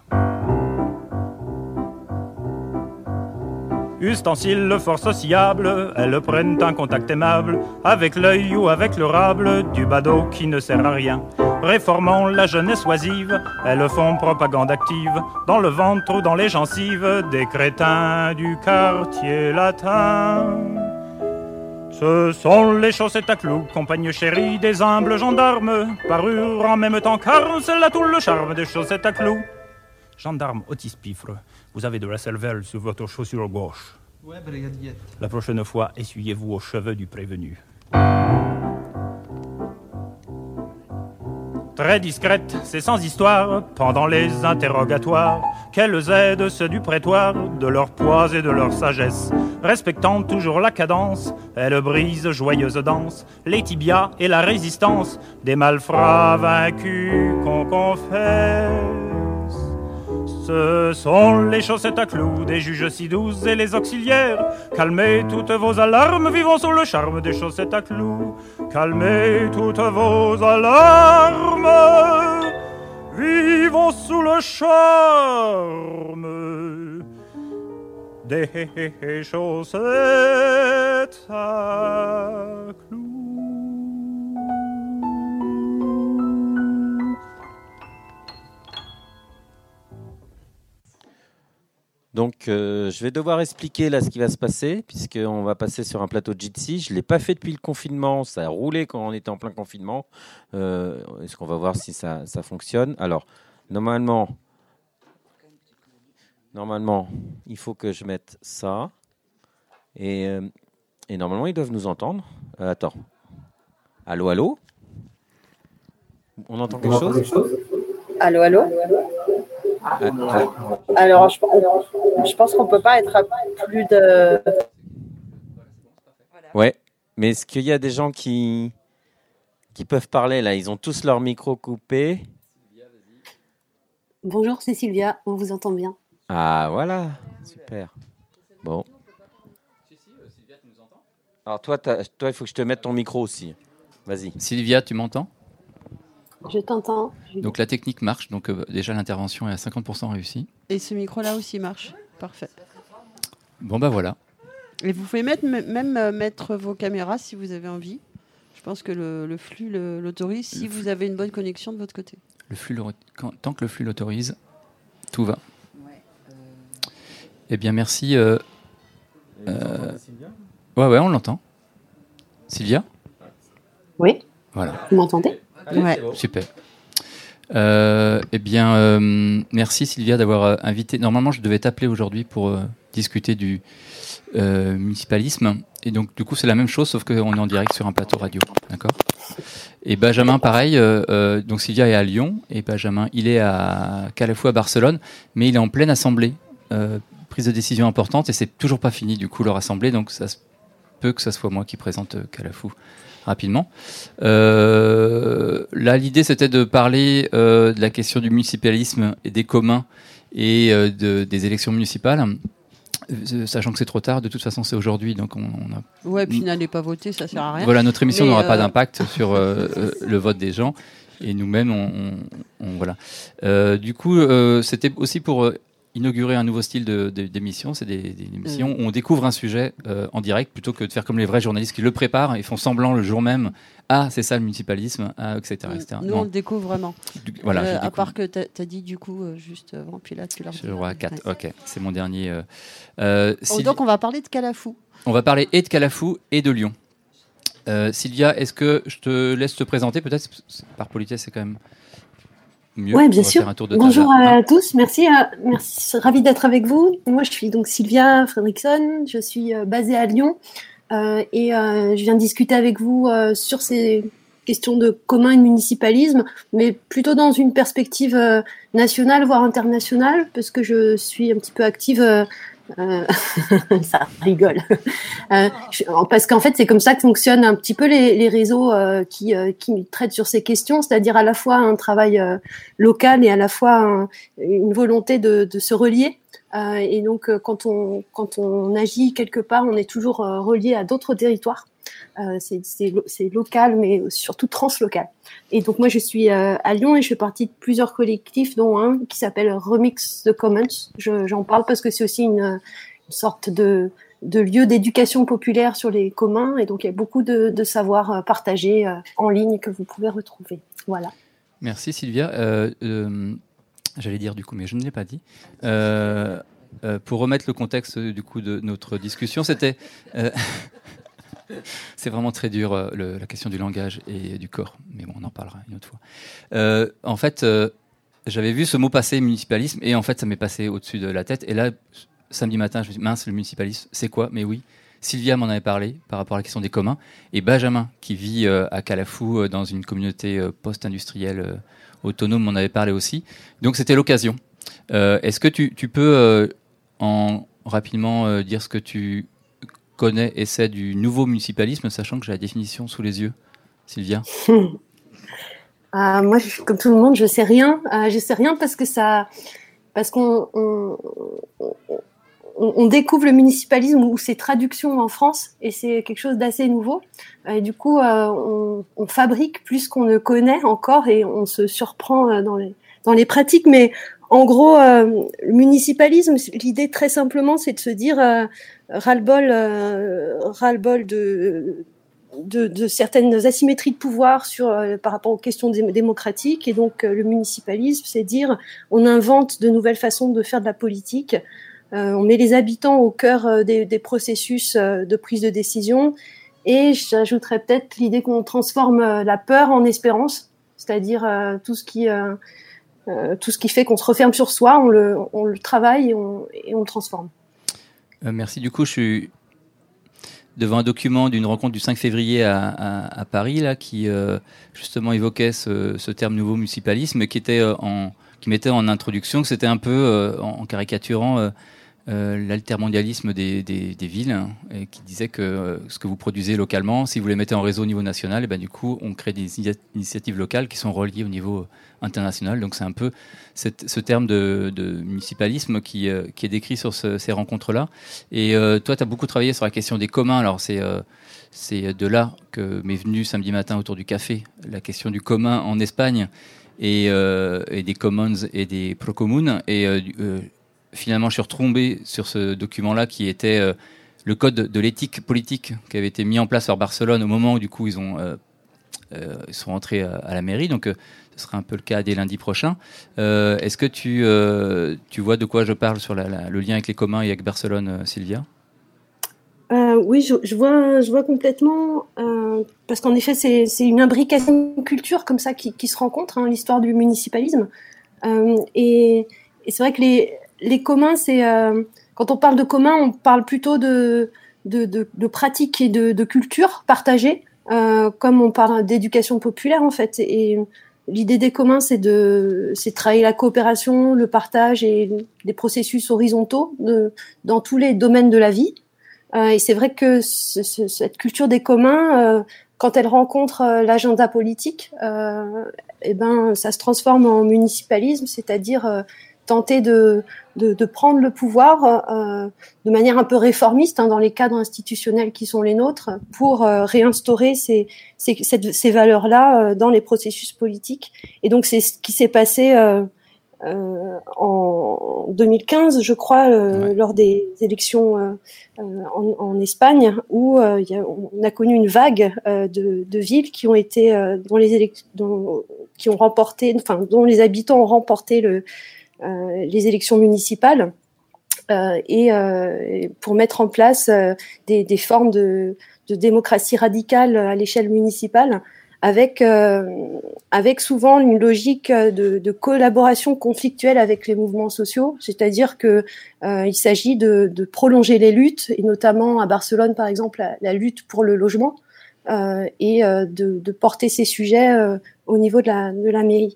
Ustensiles fort sociables, elles prennent un contact aimable avec l'œil ou avec le rable du badaud qui ne sert à rien. Réformant la jeunesse oisive, elles font propagande active dans le ventre ou dans les gencives des crétins du quartier latin. Ce sont les chaussettes à clous, compagne chérie des humbles gendarmes, parure en même temps qu'arme, c'est là tout le charme des chaussettes à clous. Gendarme autispifre, vous avez de la cervelle sur votre chaussure gauche. Ouais, brigadier. La prochaine fois, essuyez-vous aux cheveux du prévenu. Très discrète, c'est sans histoire, pendant les interrogatoires, qu'elles aident ceux du prétoire, de leur poids et de leur sagesse. Respectant toujours la cadence, elles brisent joyeuse danse, les tibias et la résistance, des malfrats vaincus qu'on confesse. Ce sont les chaussettes à clous des juges si douces et les auxiliaires. Calmez toutes vos alarmes, vivons sous le charme des chaussettes à clous. Calmez toutes vos alarmes, vivons sous le charme des chaussettes à clous. Donc, euh, je vais devoir expliquer là ce qui va se passer, puisqu'on va passer sur un plateau de Jitsi. Je ne l'ai pas fait depuis le confinement, ça a roulé quand on était en plein confinement. Euh, est-ce qu'on va voir si ça, ça fonctionne? Alors, normalement, normalement, il faut que je mette ça. Et, euh, et normalement, ils doivent nous entendre. Euh, attends. Allô, allô? On entend quelque chose? Allô, allô? Ah, ah. Alors, je, je pense qu'on ne peut pas être à plus de... Ouais, mais est-ce qu'il y a des gens qui, qui peuvent parler là? Ils ont tous leur micro coupé. Bonjour, c'est Sylvia, on vous entend bien. Ah, voilà, super. Bon. Alors toi, toi, il faut que je te mette ton micro aussi. Vas-y. Sylvia, tu m'entends? Je t'entends. Donc la technique marche, donc euh, déjà l'intervention est à cinquante pour cent réussie. Et ce micro-là aussi marche. Parfait. Bon bah voilà. Et vous pouvez mettre, même euh, mettre vos caméras si vous avez envie. Je pense que le, le flux le, l'autorise si Le vous avez une bonne connexion de votre côté. Le flux, le- quand- tant que le flux l'autorise, tout va. Eh bien merci. Euh, euh, ouais ouais, on l'entend. Sylvia? Oui. Voilà. Vous m'entendez? Ouais. Super. Euh, eh bien, euh, merci Sylvia d'avoir euh, invité. Normalement, je devais t'appeler aujourd'hui pour euh, discuter du euh, municipalisme. Et donc, du coup, c'est la même chose, sauf qu'on est en direct sur un plateau radio. D'accord? Et Benjamin, pareil. Euh, euh, donc, Sylvia est à Lyon et Benjamin, il est à Calafou à Barcelone, mais il est en pleine assemblée, euh, prise de décision importante, et c'est toujours pas fini, du coup, leur assemblée. Donc, ça se peut que ça soit moi qui présente euh, Calafou rapidement. Euh, là, l'idée, c'était de parler euh, de la question du municipalisme et des communs et euh, de, des élections municipales, euh, sachant que c'est trop tard. De toute façon, c'est aujourd'hui, donc on, on a... Ouais, puis n'allez pas voter, ça sert à rien. Voilà, notre émission Mais, n'aura euh, pas d'impact sur euh, euh, le vote des gens, et nous-mêmes, on, on, on- voilà. Euh, du coup, euh, c'était aussi pour euh, inaugurer un nouveau style de, de- d'émission. C'est des, des émissions où on découvre un sujet euh, en direct, plutôt que de faire comme les vrais journalistes qui le préparent et font semblant le jour même. Ah, c'est ça le municipalisme, ah, et cetera, et cetera. Nous, Non. on le découvre vraiment. Du- voilà, je Euh, le à découvre. part que tu as dit du coup, euh, juste avant, puis là, tu l'as Je le vois à quatre. Ouais. Ok, c'est mon dernier. euh, euh, Oh, Sylvie- donc, on va parler de Calafou. On va parler et de Calafou et de Lyon. Euh, Sylvia, est-ce que je te laisse te présenter? Peut-être par politesse, c'est quand même mieux. Oui, bien On va sûr. faire un tour de Bonjour table. à tous, merci, euh, merci, ravi d'être avec vous. Moi, je suis donc Sylvia Fredrickson, je suis euh, basée à Lyon euh, et euh, je viens discuter avec vous euh, sur ces questions de commun et de municipalisme, mais plutôt dans une perspective euh, nationale, voire internationale, parce que je suis un petit peu active. Euh, euh, ça rigole. Euh, je- parce qu'en fait, c'est comme ça que fonctionnent un petit peu les, les réseaux euh, qui, euh, qui traitent sur ces questions, c'est-à-dire à la fois un travail euh, local et à la fois un- une volonté de, de se relier. Euh, et donc, euh, quand on, quand on agit quelque part, on est toujours euh, relié à d'autres territoires. Euh, c'est, c'est, lo- c'est local, mais surtout translocal. Et donc, moi, je suis euh, à Lyon et je fais partie de plusieurs collectifs, dont un qui s'appelle Remix the Commons. Je, j'en parle parce que c'est aussi une, une sorte de, de lieu d'éducation populaire sur les communs. Et donc, il y a beaucoup de, de savoirs euh, partagés euh, en ligne que vous pouvez retrouver. Voilà. Merci Sylvia. Euh, euh, J'allais dire du coup, mais je ne l'ai pas dit. Euh, euh, pour remettre le contexte du coup de notre discussion, c'était. euh, c'est vraiment très dur euh, le- la question du langage et du corps, mais bon, on en parlera une autre fois. Euh, en fait, euh, j'avais vu ce mot passer municipalisme et en fait, ça m'est passé au-dessus de la tête. Et là, samedi matin, je me suis dit, mince, le municipalisme, c'est quoi? Mais oui, Sylvia m'en avait parlé par rapport à la question des communs, et Benjamin, qui vit euh, à Calafou, euh, dans une communauté euh, post-industrielle euh, autonome, m'en avait parlé aussi. Donc c'était l'occasion. Euh, est-ce que tu, tu peux euh, en rapidement euh, dire ce que tu connais et sais du nouveau municipalisme, sachant que j'ai la définition sous les yeux, Sylvia? Euh, moi, je, comme tout le monde, je sais rien. Euh, je sais rien parce que ça, parce qu'on on, on, on découvre le municipalisme ou ses traductions en France, et c'est quelque chose d'assez nouveau. Et du coup, euh, on, on fabrique plus qu'on ne connaît encore, et on se surprend dans les dans les pratiques. Mais en gros, euh, le municipalisme, l'idée très simplement, c'est de se dire euh, ras-le-bol, euh, ras-le-bol de De, de certaines asymétries de pouvoir sur, euh, par rapport aux questions dé- démocratiques. Et donc, euh, le municipalisme, c'est dire on invente de nouvelles façons de faire de la politique, euh, on met les habitants au cœur euh, des, des processus euh, de prise de décision. Et j'ajouterais peut-être l'idée qu'on transforme euh, la peur en espérance, c'est-à-dire euh, tout ce qui euh, euh, tout ce qui fait qu'on se referme sur soi, on le, on le travaille et on, et on le transforme. Euh, merci. Du coup, je suis devant un document d'une rencontre du cinq février à, à, à Paris, là, qui euh, justement évoquait ce, ce terme nouveau municipalisme, qui était euh, en, qui mettait en introduction que c'était un peu euh, en, en caricaturant euh, euh, l'altermondialisme des, des, des villes, hein, et qui disait que euh, ce que vous produisez localement, si vous les mettez en réseau au niveau national, et ben du coup, on crée des initia- initiatives locales qui sont reliées au niveau international. Donc c'est un peu cette, ce terme de, de municipalisme qui, euh, qui est décrit sur ce, ces rencontres-là. Et euh, toi, tu as beaucoup travaillé sur la question des communs. Alors c'est, euh, c'est de là que m'est venu samedi matin autour du café la question du commun en Espagne, et, euh, et des commons et des procomunes. Et euh, euh, finalement, je suis retombé sur ce document-là qui était euh, le code de l'éthique politique qui avait été mis en place par Barcelone au moment où du coup ils ont euh, euh, ils sont rentrés à, à la mairie. Donc euh, ce sera un peu le cas dès lundi prochain. Euh, est-ce que tu euh, tu vois de quoi je parle sur la, la, le lien avec les communs et avec Barcelone, euh, Sylvia? Euh, oui, je, je vois, je vois complètement, euh, parce qu'en effet, c'est, c'est une imbrication de culture comme ça qui, qui se rencontre, hein, l'histoire du municipalisme. Euh, et, et c'est vrai que les, les communs, c'est euh, quand on parle de communs, on parle plutôt de, de, de, de pratiques et de, de culture partagées, euh, comme on parle d'éducation populaire en fait. Et l'idée des communs, c'est de, c'est de travailler la coopération, le partage et des processus horizontaux de, dans tous les domaines de la vie. Euh, et c'est vrai que ce, ce, cette culture des communs, euh, quand elle rencontre euh, l'agenda politique, euh, eh ben, ça se transforme en municipalisme, c'est-à-dire euh, tenter de, de, de prendre le pouvoir euh, de manière un peu réformiste, hein, dans les cadres institutionnels qui sont les nôtres, pour euh, réinstaurer ces, ces, cette, ces valeurs-là euh, dans les processus politiques. Et donc c'est ce qui s'est passé euh, Euh, en deux mille quinze, je crois, euh, ouais. lors des élections euh, en, en Espagne, où euh, y a, on a connu une vague euh, de, de villes qui ont été, euh, dont les élec- dont, qui ont remporté, enfin, dont les habitants ont remporté le, euh, les élections municipales, euh, et, euh, et pour mettre en place euh, des, des formes de, de démocratie radicale à l'échelle municipale, avec euh, avec souvent une logique de, de collaboration conflictuelle avec les mouvements sociaux, c'est-à-dire que euh, il s'agit de, de prolonger les luttes, et notamment à Barcelone par exemple la, la lutte pour le logement, euh, et euh, de, de porter ces sujets euh, au niveau de la de la mairie.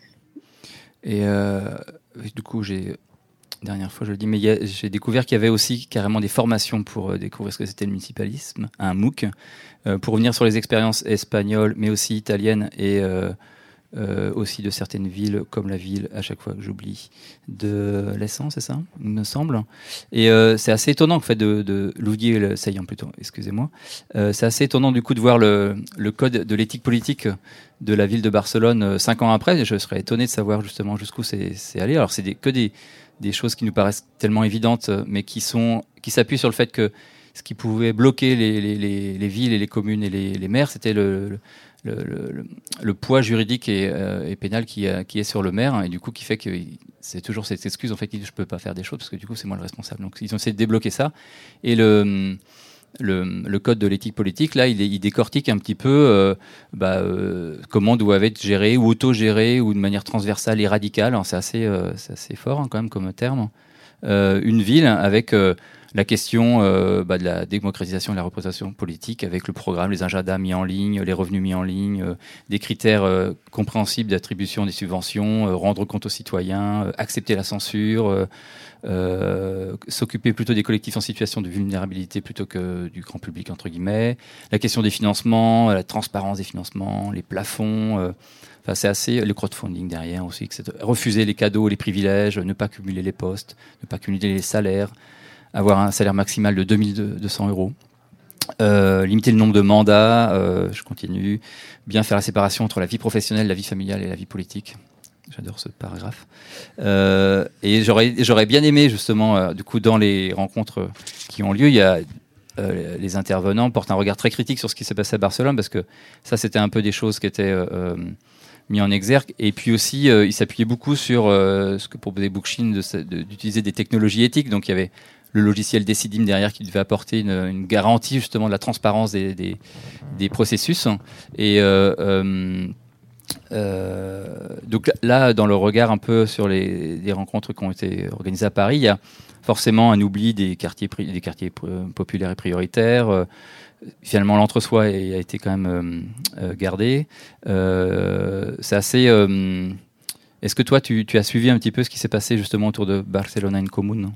Et euh, du coup j'ai dernière fois je le dis, mais y a, j'ai découvert qu'il y avait aussi carrément des formations pour euh, découvrir ce que c'était le municipalisme, un MOOC, euh, pour revenir sur les expériences espagnoles, mais aussi italiennes, et euh, euh, aussi de certaines villes, comme la ville, à chaque fois que j'oublie, de l'Essence, c'est ça, il me semble. Et euh, c'est assez étonnant, en fait, de, de Louviers-le-Saillant, plutôt, excusez-moi. Euh, c'est assez étonnant, du coup, de voir le, le code de l'éthique politique de la ville de Barcelone euh, cinq ans après. Je serais étonné de savoir, justement, jusqu'où c'est, c'est allé. Alors, c'est des, que des des choses qui nous paraissent tellement évidentes, mais qui sont, qui s'appuient sur le fait que ce qui pouvait bloquer les, les, les, les villes et les communes et les, les maires, c'était le, le, le, le, le poids juridique et, euh, et pénal qui, a, qui est sur le maire, et du coup qui fait que c'est toujours cette excuse en fait qu'il dit je peux pas faire des choses parce que du coup c'est moi le responsable. Donc ils ont essayé de débloquer ça, et le Le, le code de l'éthique politique, là, il, il décortique un petit peu euh, bah, euh, comment doivent être gérés ou auto-gérés ou de manière transversale et radicale. Alors, c'est assez, euh, c'est assez fort hein, quand même comme terme. Euh, une ville avec euh, la question euh, bah, de la démocratisation de la représentation politique avec le programme, les agendas mis en ligne, les revenus mis en ligne, euh, des critères euh, compréhensibles d'attribution des subventions, euh, rendre compte aux citoyens, euh, accepter la censure, euh, euh, s'occuper plutôt des collectifs en situation de vulnérabilité plutôt que du grand public, entre guillemets, la question des financements, la transparence des financements, les plafonds, euh, enfin, c'est assez, le crowdfunding derrière aussi, et cetera. Refuser les cadeaux, les privilèges, ne pas cumuler les postes, ne pas cumuler les salaires, avoir un salaire maximal de deux mille deux cents euros. Euh, limiter le nombre de mandats, euh, je continue, bien faire la séparation entre la vie professionnelle, la vie familiale et la vie politique. J'adore ce paragraphe. Euh, et j'aurais, j'aurais bien aimé justement, euh, du coup, dans les rencontres qui ont lieu, il y a euh, les intervenants portent un regard très critique sur ce qui s'est passé à Barcelone, parce que ça, c'était un peu des choses qui étaient euh, mis en exergue. Et puis aussi, euh, ils s'appuyaient beaucoup sur euh, ce que proposait Bookchin, de, de, d'utiliser des technologies éthiques. Donc, il y avait le logiciel Decidim derrière qui devait apporter une, une garantie justement de la transparence des, des, des processus. Et euh, euh, Euh, donc là, dans le regard un peu sur les, les rencontres qui ont été organisées à Paris, il y a forcément un oubli des quartiers, des quartiers populaires et prioritaires. Euh, finalement, l'entre-soi a été quand même euh, euh, gardé. Euh, c'est assez. Euh, est-ce que toi, tu, tu as suivi un petit peu ce qui s'est passé justement autour de Barcelona en Común?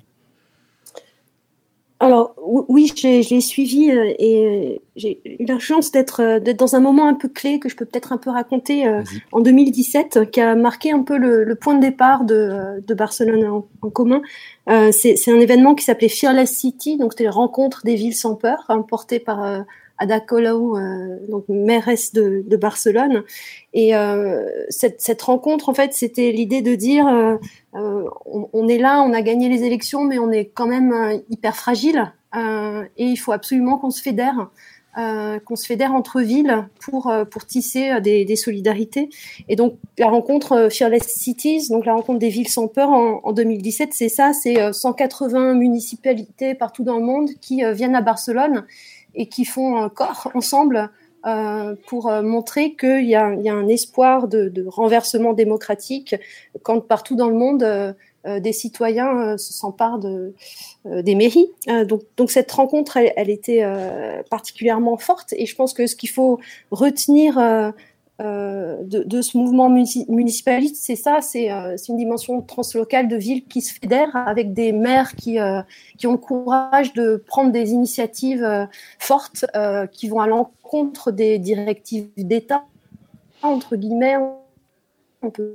Alors oui, j'ai, je l'ai suivi euh, et j'ai eu la chance d'être, euh, d'être dans un moment un peu clé que je peux peut-être un peu raconter euh, en deux mille dix-sept, qui a marqué un peu le, le point de départ de, de Barcelone en, en commun. Euh, c'est, c'est un événement qui s'appelait Fearless City, donc c'était la rencontre des villes sans peur, hein, portée par euh, Ada Colau, euh, donc mairesse de, de Barcelone. Et euh, cette, cette rencontre, en fait, c'était l'idée de dire euh, euh, on, on est là, on a gagné les élections, mais on est quand même euh, hyper fragile euh, et il faut absolument qu'on se fédère, euh, qu'on se fédère entre villes pour euh, pour tisser euh, des, des solidarités. Et donc la rencontre euh, Fearless Cities, donc la rencontre des villes sans peur en, en deux mille dix-sept, c'est ça, c'est euh, cent quatre-vingts municipalités partout dans le monde qui euh, viennent à Barcelone et qui font euh, corps ensemble euh, pour euh, montrer qu'il y a, il y a un espoir de, de renversement démocratique quand partout dans le monde euh, euh, des citoyens euh, s'emparent de, euh, des mairies. Euh, donc, donc cette rencontre, elle, elle était euh, particulièrement forte et je pense que ce qu'il faut retenir euh, euh, de, de ce mouvement municipaliste, c'est ça, c'est, euh, c'est une dimension translocale de villes qui se fédèrent avec des maires qui, euh, qui ont le courage de prendre des initiatives euh, fortes euh, qui vont à l'encontre des directives d'État, entre guillemets. On peut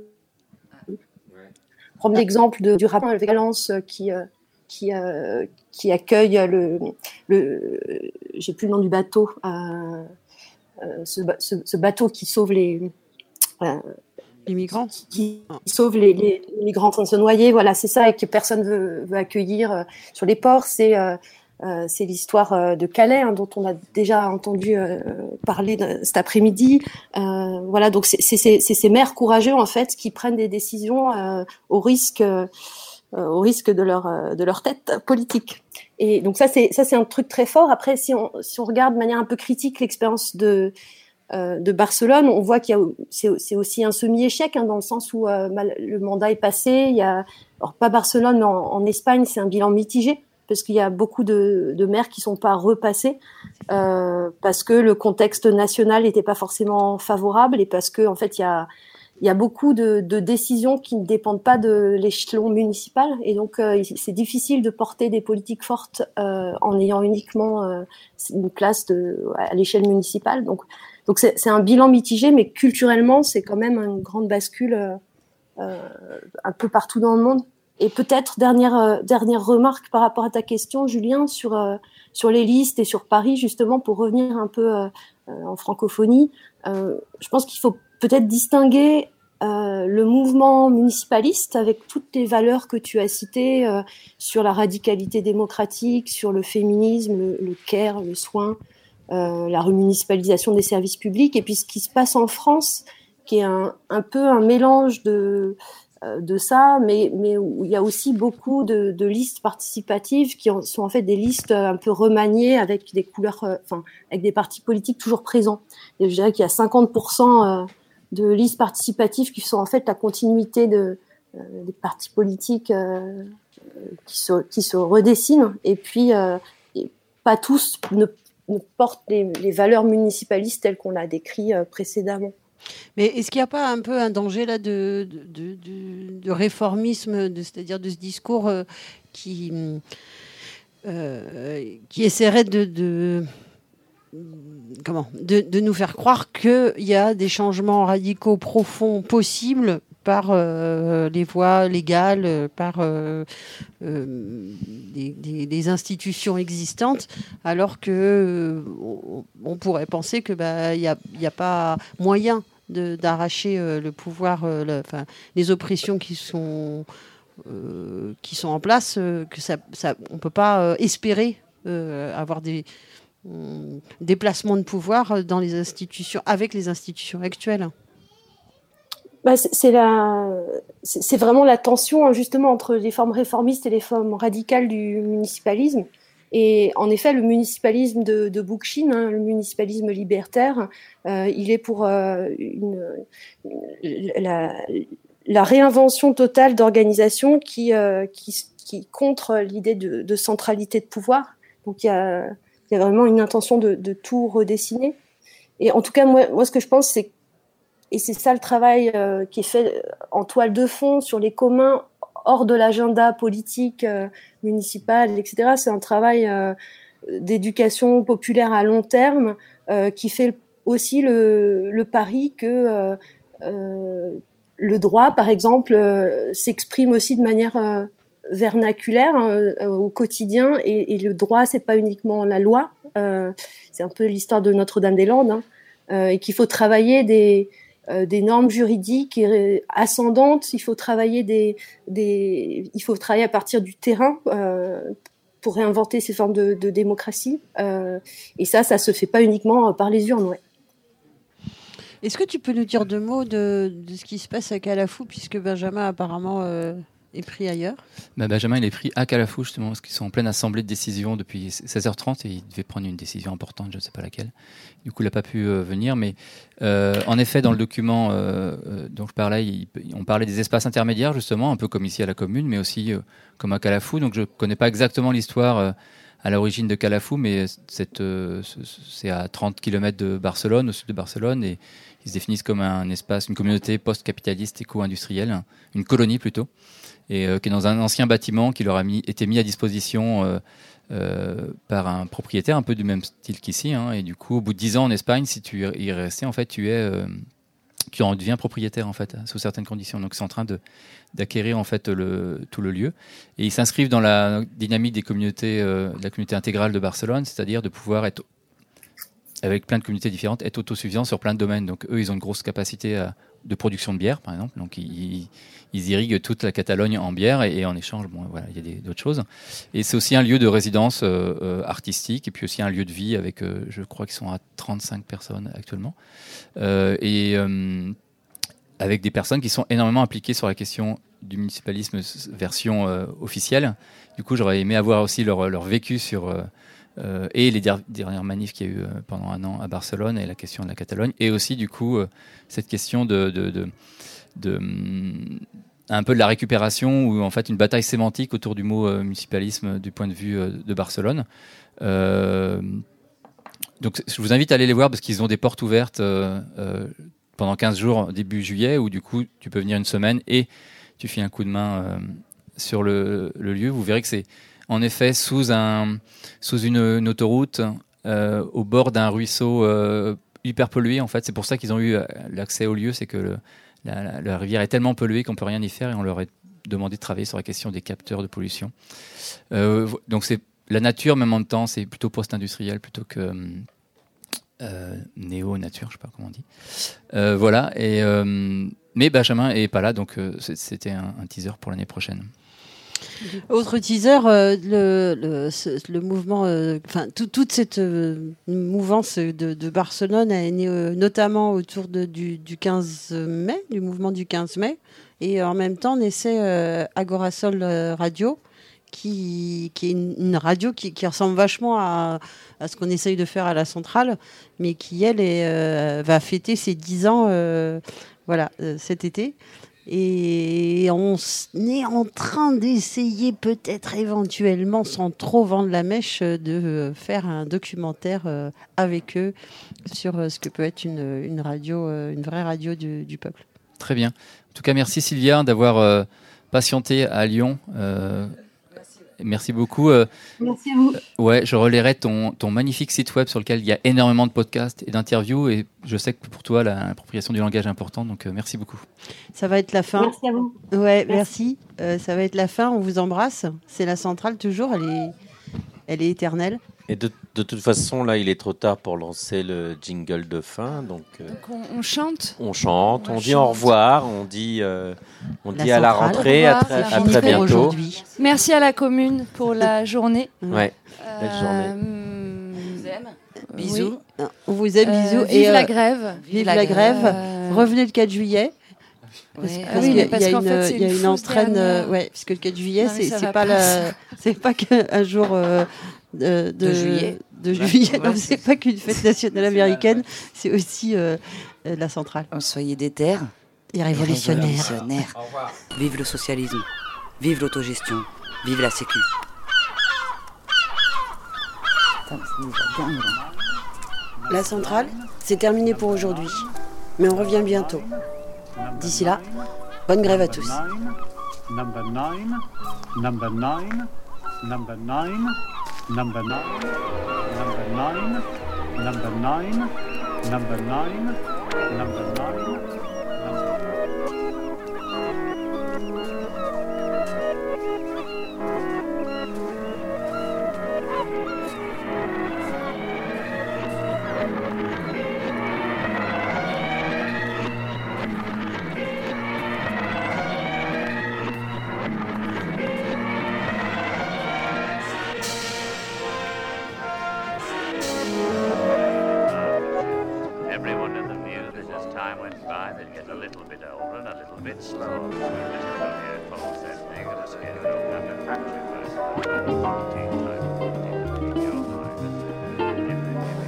prendre l'exemple de, du rapport avec Valence qui, euh, qui, euh, qui accueille le, le, j'ai plus le nom du bateau, euh, Euh, ce, ce, ce bateau qui sauve les, euh, les migrants, qui, qui sauve les, les, les migrants en train de se noyer, voilà, c'est ça, et que personne veut, veut accueillir euh, sur les ports. C'est, euh, euh, c'est l'histoire euh, de Calais, hein, dont on a déjà entendu euh, parler de, cet après-midi. Euh, voilà, donc c'est, c'est, c'est, c'est ces maires courageux en fait qui prennent des décisions euh, au risque. Euh, au risque de leur de leur tête politique. Et donc ça c'est ça c'est un truc très fort. Après si on si on regarde de manière un peu critique l'expérience de euh, de Barcelone, on voit qu'il y a c'est c'est aussi un semi-échec hein, dans le sens où euh, le mandat est passé, il y a alors pas Barcelone mais en, en Espagne, c'est un bilan mitigé parce qu'il y a beaucoup de de maires qui sont pas repassés euh, parce que le contexte national n'était pas forcément favorable et parce que en fait il y a Il y a beaucoup de, de décisions qui ne dépendent pas de l'échelon municipal et donc euh, c'est difficile de porter des politiques fortes euh, en ayant uniquement euh, une place de, à l'échelle municipale. Donc, donc c'est, c'est un bilan mitigé, mais culturellement c'est quand même une grande bascule euh, euh, un peu partout dans le monde. Et peut-être dernière euh, dernière remarque par rapport à ta question, Julien, sur euh, sur les listes et sur Paris justement pour revenir un peu euh, euh, en francophonie. Euh, je pense qu'il faut peut-être distinguer euh, le mouvement municipaliste avec toutes les valeurs que tu as citées euh, sur la radicalité démocratique, sur le féminisme, le, le care, le soin, euh, la remunicipalisation des services publics, et puis ce qui se passe en France, qui est un, un peu un mélange de, euh, de ça, mais, mais où il y a aussi beaucoup de, de listes participatives qui en, sont en fait des listes un peu remaniées avec des couleurs, euh, enfin, avec des partis politiques toujours présents. Et je dirais qu'il y a cinquante pour cent euh, de listes participatives qui sont en fait la continuité de, euh, des partis politiques euh, qui, se, qui se redessinent, et puis euh, et pas tous ne, ne portent les, les valeurs municipalistes telles qu'on l'a décrit euh, précédemment. Mais est-ce qu'il n'y a pas un peu un danger là de, de, de, de, de réformisme, de, c'est-à-dire de ce discours euh, qui, euh, qui essaierait de, de, comment, de, de nous faire croire qu'il y a des changements radicaux profonds possibles par euh, les voies légales, par euh, euh, des, des, des institutions existantes, alors que euh, on, on pourrait penser que bah, y a, y a pas moyen de, d'arracher euh, le pouvoir, euh, le, enfin, les oppressions qui sont, euh, qui sont en place, euh, que ça, ça, on ne peut pas euh, espérer euh, avoir des euh, déplacements de pouvoir dans les institutions, avec les institutions actuelles. Bah, c'est, c'est, la, c'est, c'est vraiment la tension, hein, justement, entre les formes réformistes et les formes radicales du municipalisme. Et en effet, le municipalisme de, de Bookchin, hein, le municipalisme libertaire, euh, il est pour euh, une, une, la, la réinvention totale d'organisation qui, euh, qui, qui contre l'idée de, de centralité de pouvoir. Donc il y a, il y a vraiment une intention de, de tout redessiner. Et en tout cas, moi, moi ce que je pense, c'est, et c'est ça le travail euh, qui est fait en toile de fond sur les communs, hors de l'agenda politique euh, municipal, et cetera. C'est un travail euh, d'éducation populaire à long terme euh, qui fait aussi le, le pari que euh, euh, le droit, par exemple, euh, s'exprime aussi de manière euh, vernaculaire euh, au quotidien. Et, et le droit, c'est pas uniquement la loi. Euh, c'est un peu l'histoire de Notre-Dame-des-Landes, hein, euh, et qu'il faut travailler des Euh, des normes juridiques et ascendantes. Il faut travailler des, des, il faut travailler à partir du terrain euh, pour réinventer ces formes de, de démocratie. Euh, et ça, ça se fait pas uniquement par les urnes. Ouais. Est-ce que tu peux nous dire deux mots de, de ce qui se passe à Calafou, puisque Benjamin apparemment euh, est pris ailleurs? Bah, Benjamin, il est pris à Calafou justement parce qu'ils sont en pleine assemblée de décision depuis seize heures trente et il devait prendre une décision importante, je ne sais pas laquelle. Du coup, il n'a pas pu euh, venir, mais euh, en effet, dans le document euh, euh, dont je parlais, il, on parlait des espaces intermédiaires justement, un peu comme ici à la commune, mais aussi euh, comme à Calafou. Donc, je ne connais pas exactement l'histoire euh, à l'origine de Calafou, mais cette, euh, c'est à trente kilomètres de Barcelone, au sud de Barcelone, et ils se définissent comme un espace, une communauté post-capitaliste éco-industrielle, une colonie plutôt, et euh, qui est dans un ancien bâtiment qui leur a mis, été mis à disposition euh, euh, par un propriétaire un peu du même style qu'ici, hein, et du coup au bout de dix ans en Espagne, si tu y es resté, en fait tu es euh, tu en deviens propriétaire en fait sous certaines conditions. Donc c'est en train de d'acquérir en fait le tout le lieu, et ils s'inscrivent dans la dynamique des communautés euh, de la communauté intégrale de Barcelone, c'est-à-dire de pouvoir être avec plein de communautés différentes, être autosuffisants sur plein de domaines. Donc eux, ils ont une grosse capacité à, de production de bière, par exemple. Donc ils, ils irriguent toute la Catalogne en bière, et, et en échange, bon, voilà, il y a des, d'autres choses. Et c'est aussi un lieu de résidence euh, euh, artistique, et puis aussi un lieu de vie avec, euh, je crois qu'ils sont à trente-cinq personnes actuellement, euh, et euh, avec des personnes qui sont énormément impliquées sur la question du municipalisme version euh, officielle. Du coup, j'aurais aimé avoir aussi leur, leur vécu sur euh, Euh, et les der- dernières manifs qu'il y a eu euh, pendant un an à Barcelone, et la question de la Catalogne, et aussi du coup euh, cette question de, de, de, de um, un peu de la récupération, ou en fait une bataille sémantique autour du mot euh, municipalisme du point de vue euh, de Barcelone. Euh, donc je vous invite à aller les voir parce qu'ils ont des portes ouvertes euh, euh, pendant quinze jours début juillet, où du coup tu peux venir une semaine et tu files un coup de main euh, sur le, le lieu. Vous verrez que c'est en effet sous, un, sous une, une autoroute, euh, au bord d'un ruisseau euh, hyper pollué. En fait, c'est pour ça qu'ils ont eu l'accès au lieu, c'est que le, la, la, la rivière est tellement polluée qu'on peut rien y faire, et on leur a demandé de travailler sur la question des capteurs de pollution. Euh, donc c'est la nature, même en même temps, c'est plutôt post-industriel plutôt que euh, néo-nature, je sais pas comment on dit. Euh, voilà. Et euh, mais Benjamin est pas là, donc euh, c'était un, un teaser pour l'année prochaine. Autre teaser, euh, le, le, ce, le mouvement, enfin euh, toute cette euh, mouvance de, de Barcelone est née euh, notamment autour de, du, du quinze mai, du mouvement du quinze mai, et en même temps naissait euh, Agorasol Radio, qui, qui est une, une radio qui, qui ressemble vachement à, à ce qu'on essaye de faire à la centrale, mais qui elle est, euh, va fêter ses dix ans, euh, voilà, euh, cet été. Et on s- est en train d'essayer peut-être éventuellement, sans trop vendre la mèche, de faire un documentaire euh, avec eux sur euh, ce que peut être une, une radio, euh, une vraie radio du, du peuple. Très bien. En tout cas, merci Sylvia d'avoir euh, patienté à Lyon. Euh, merci beaucoup. Euh, Merci à vous. euh, ouais, je relayerai ton, ton magnifique site web sur lequel il y a énormément de podcasts et d'interviews. Et je sais que pour toi, la- l'appropriation du langage est importante. Donc, euh, merci beaucoup. Ça va être la fin. Merci à vous. Ouais, merci. Euh, ça va être la fin. On vous embrasse. C'est la centrale toujours. Elle est, elle est éternelle. Et de, de toute façon, là, il est trop tard pour lancer le jingle de fin. Donc, euh, Donc on, on chante. on chante, on, On dit chante. au revoir, on dit, euh, on La dit à la centrale. rentrée, Au à, revoir, très- la à très rentrée. bientôt. Aujourd'hui. Merci à la commune pour la journée. Ouais, belle journée. Euh, vous aime. oui. Bisous. On vous aime, Euh, bisous. vive Et, la euh, grève. Vive la grève. Euh, Revenez le quatre juillet. Parce, Ouais. parce Ah oui, qu'il y mais a- parce il y a qu'en une, fait, c'est il y a une une fausse entraîne, dernière. euh, ouais, parce que le quatre juillet, Non, mais c'est ça c'est va pas, pas. la- c'est pas qu'un jour euh, de, De juillet. de juillet. Ouais, Non, c'est pas qu'une fête nationale américaine, c'est aussi euh, euh, la centrale. Soyez déter. Et révolutionnaire. Révolutionnaire. Vive le socialisme. Vive l'autogestion. Vive la sécu. Putain, mais ça nous va bien, là. La centrale, c'est terminé pour aujourd'hui. Mais on revient bientôt. D'ici là, bonne grève à tous. Number nine, number nine, number nine, number nine, number nine, number nine, number nine, number nine. Everyone in the news, as time went by, they'd get a little bit older and a little bit slower. Just put on earphones, that thing, and a skin don't have to factory first. Tea time, keep your mind.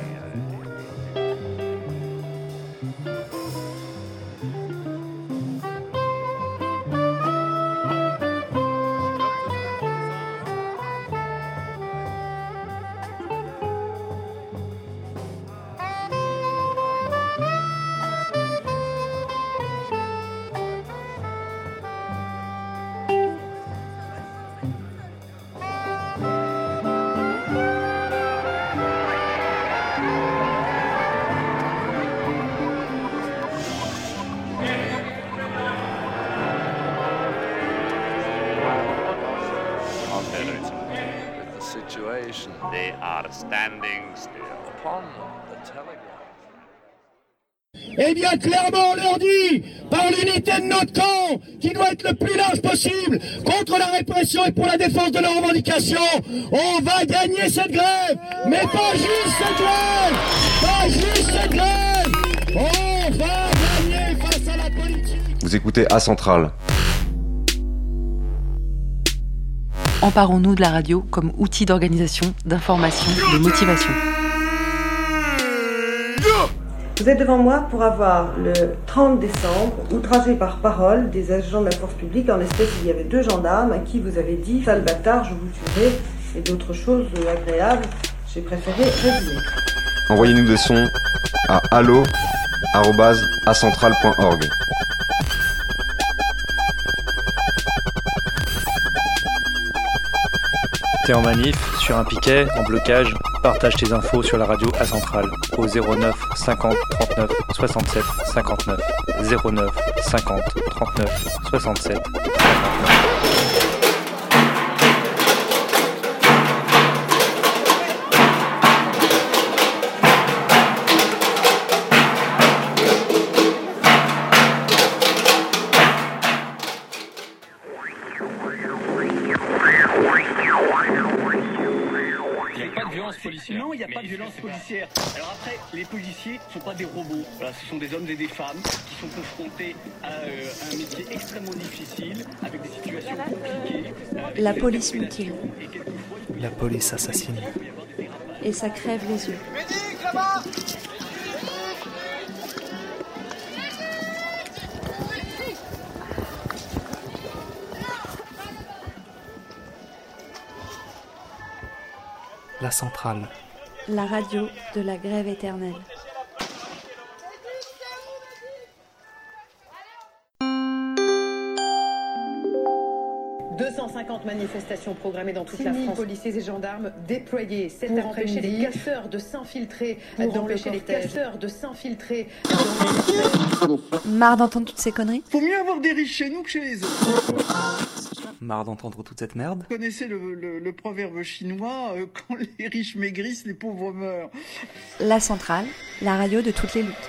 With the situation, They are standing still. upon the telegraph. Eh bien, clairement, on leur dit, par l'unité de notre camp, qui doit être le plus large possible, contre la répression et pour la défense de nos revendications, on va gagner cette grève. Mais pas juste cette grève, pas juste cette grève. On va gagner face à la politique. Vous écoutez A Centrale. Emparons-nous de la radio comme outil d'organisation, d'information, de motivation. Vous êtes devant moi pour avoir le trente décembre outragé par parole des agents de la force publique. En espèce, il y avait deux gendarmes à qui vous avez dit « sale bâtard, je vous tuerai » et d'autres choses agréables. J'ai préféré résumer. Envoyez-nous des sons à allo arobase a centrale point org. T'es en manif, sur un piquet, en blocage, partage tes infos sur la radio A Centrale au zéro neuf cinquante trente-neuf soixante-sept cinquante-neuf zéro neuf cinquante trente-neuf soixante-sept cinquante-neuf. Non, il n'y a pas de violence policière. Alors après, les policiers ne sont pas des robots. Voilà, ce sont des hommes et des femmes qui sont confrontés à euh, un métier extrêmement difficile, avec des situations compliquées. euh, La police mutile. La police assassine. Et ça crève les yeux. La centrale. La radio de la grève éternelle. deux cent cinquante manifestations programmées dans toute la France. Policiers et gendarmes déployés cet pour empêcher les casseurs de s'infiltrer, d'empêcher les casseurs de s'infiltrer. Marre d'entendre toutes ces conneries. Faut mieux avoir des riches chez nous que chez les autres. Marre d'entendre toute cette merde. Vous connaissez le, le, le proverbe chinois, euh, quand les riches maigrissent, les pauvres meurent. La centrale, la radio de toutes les luttes.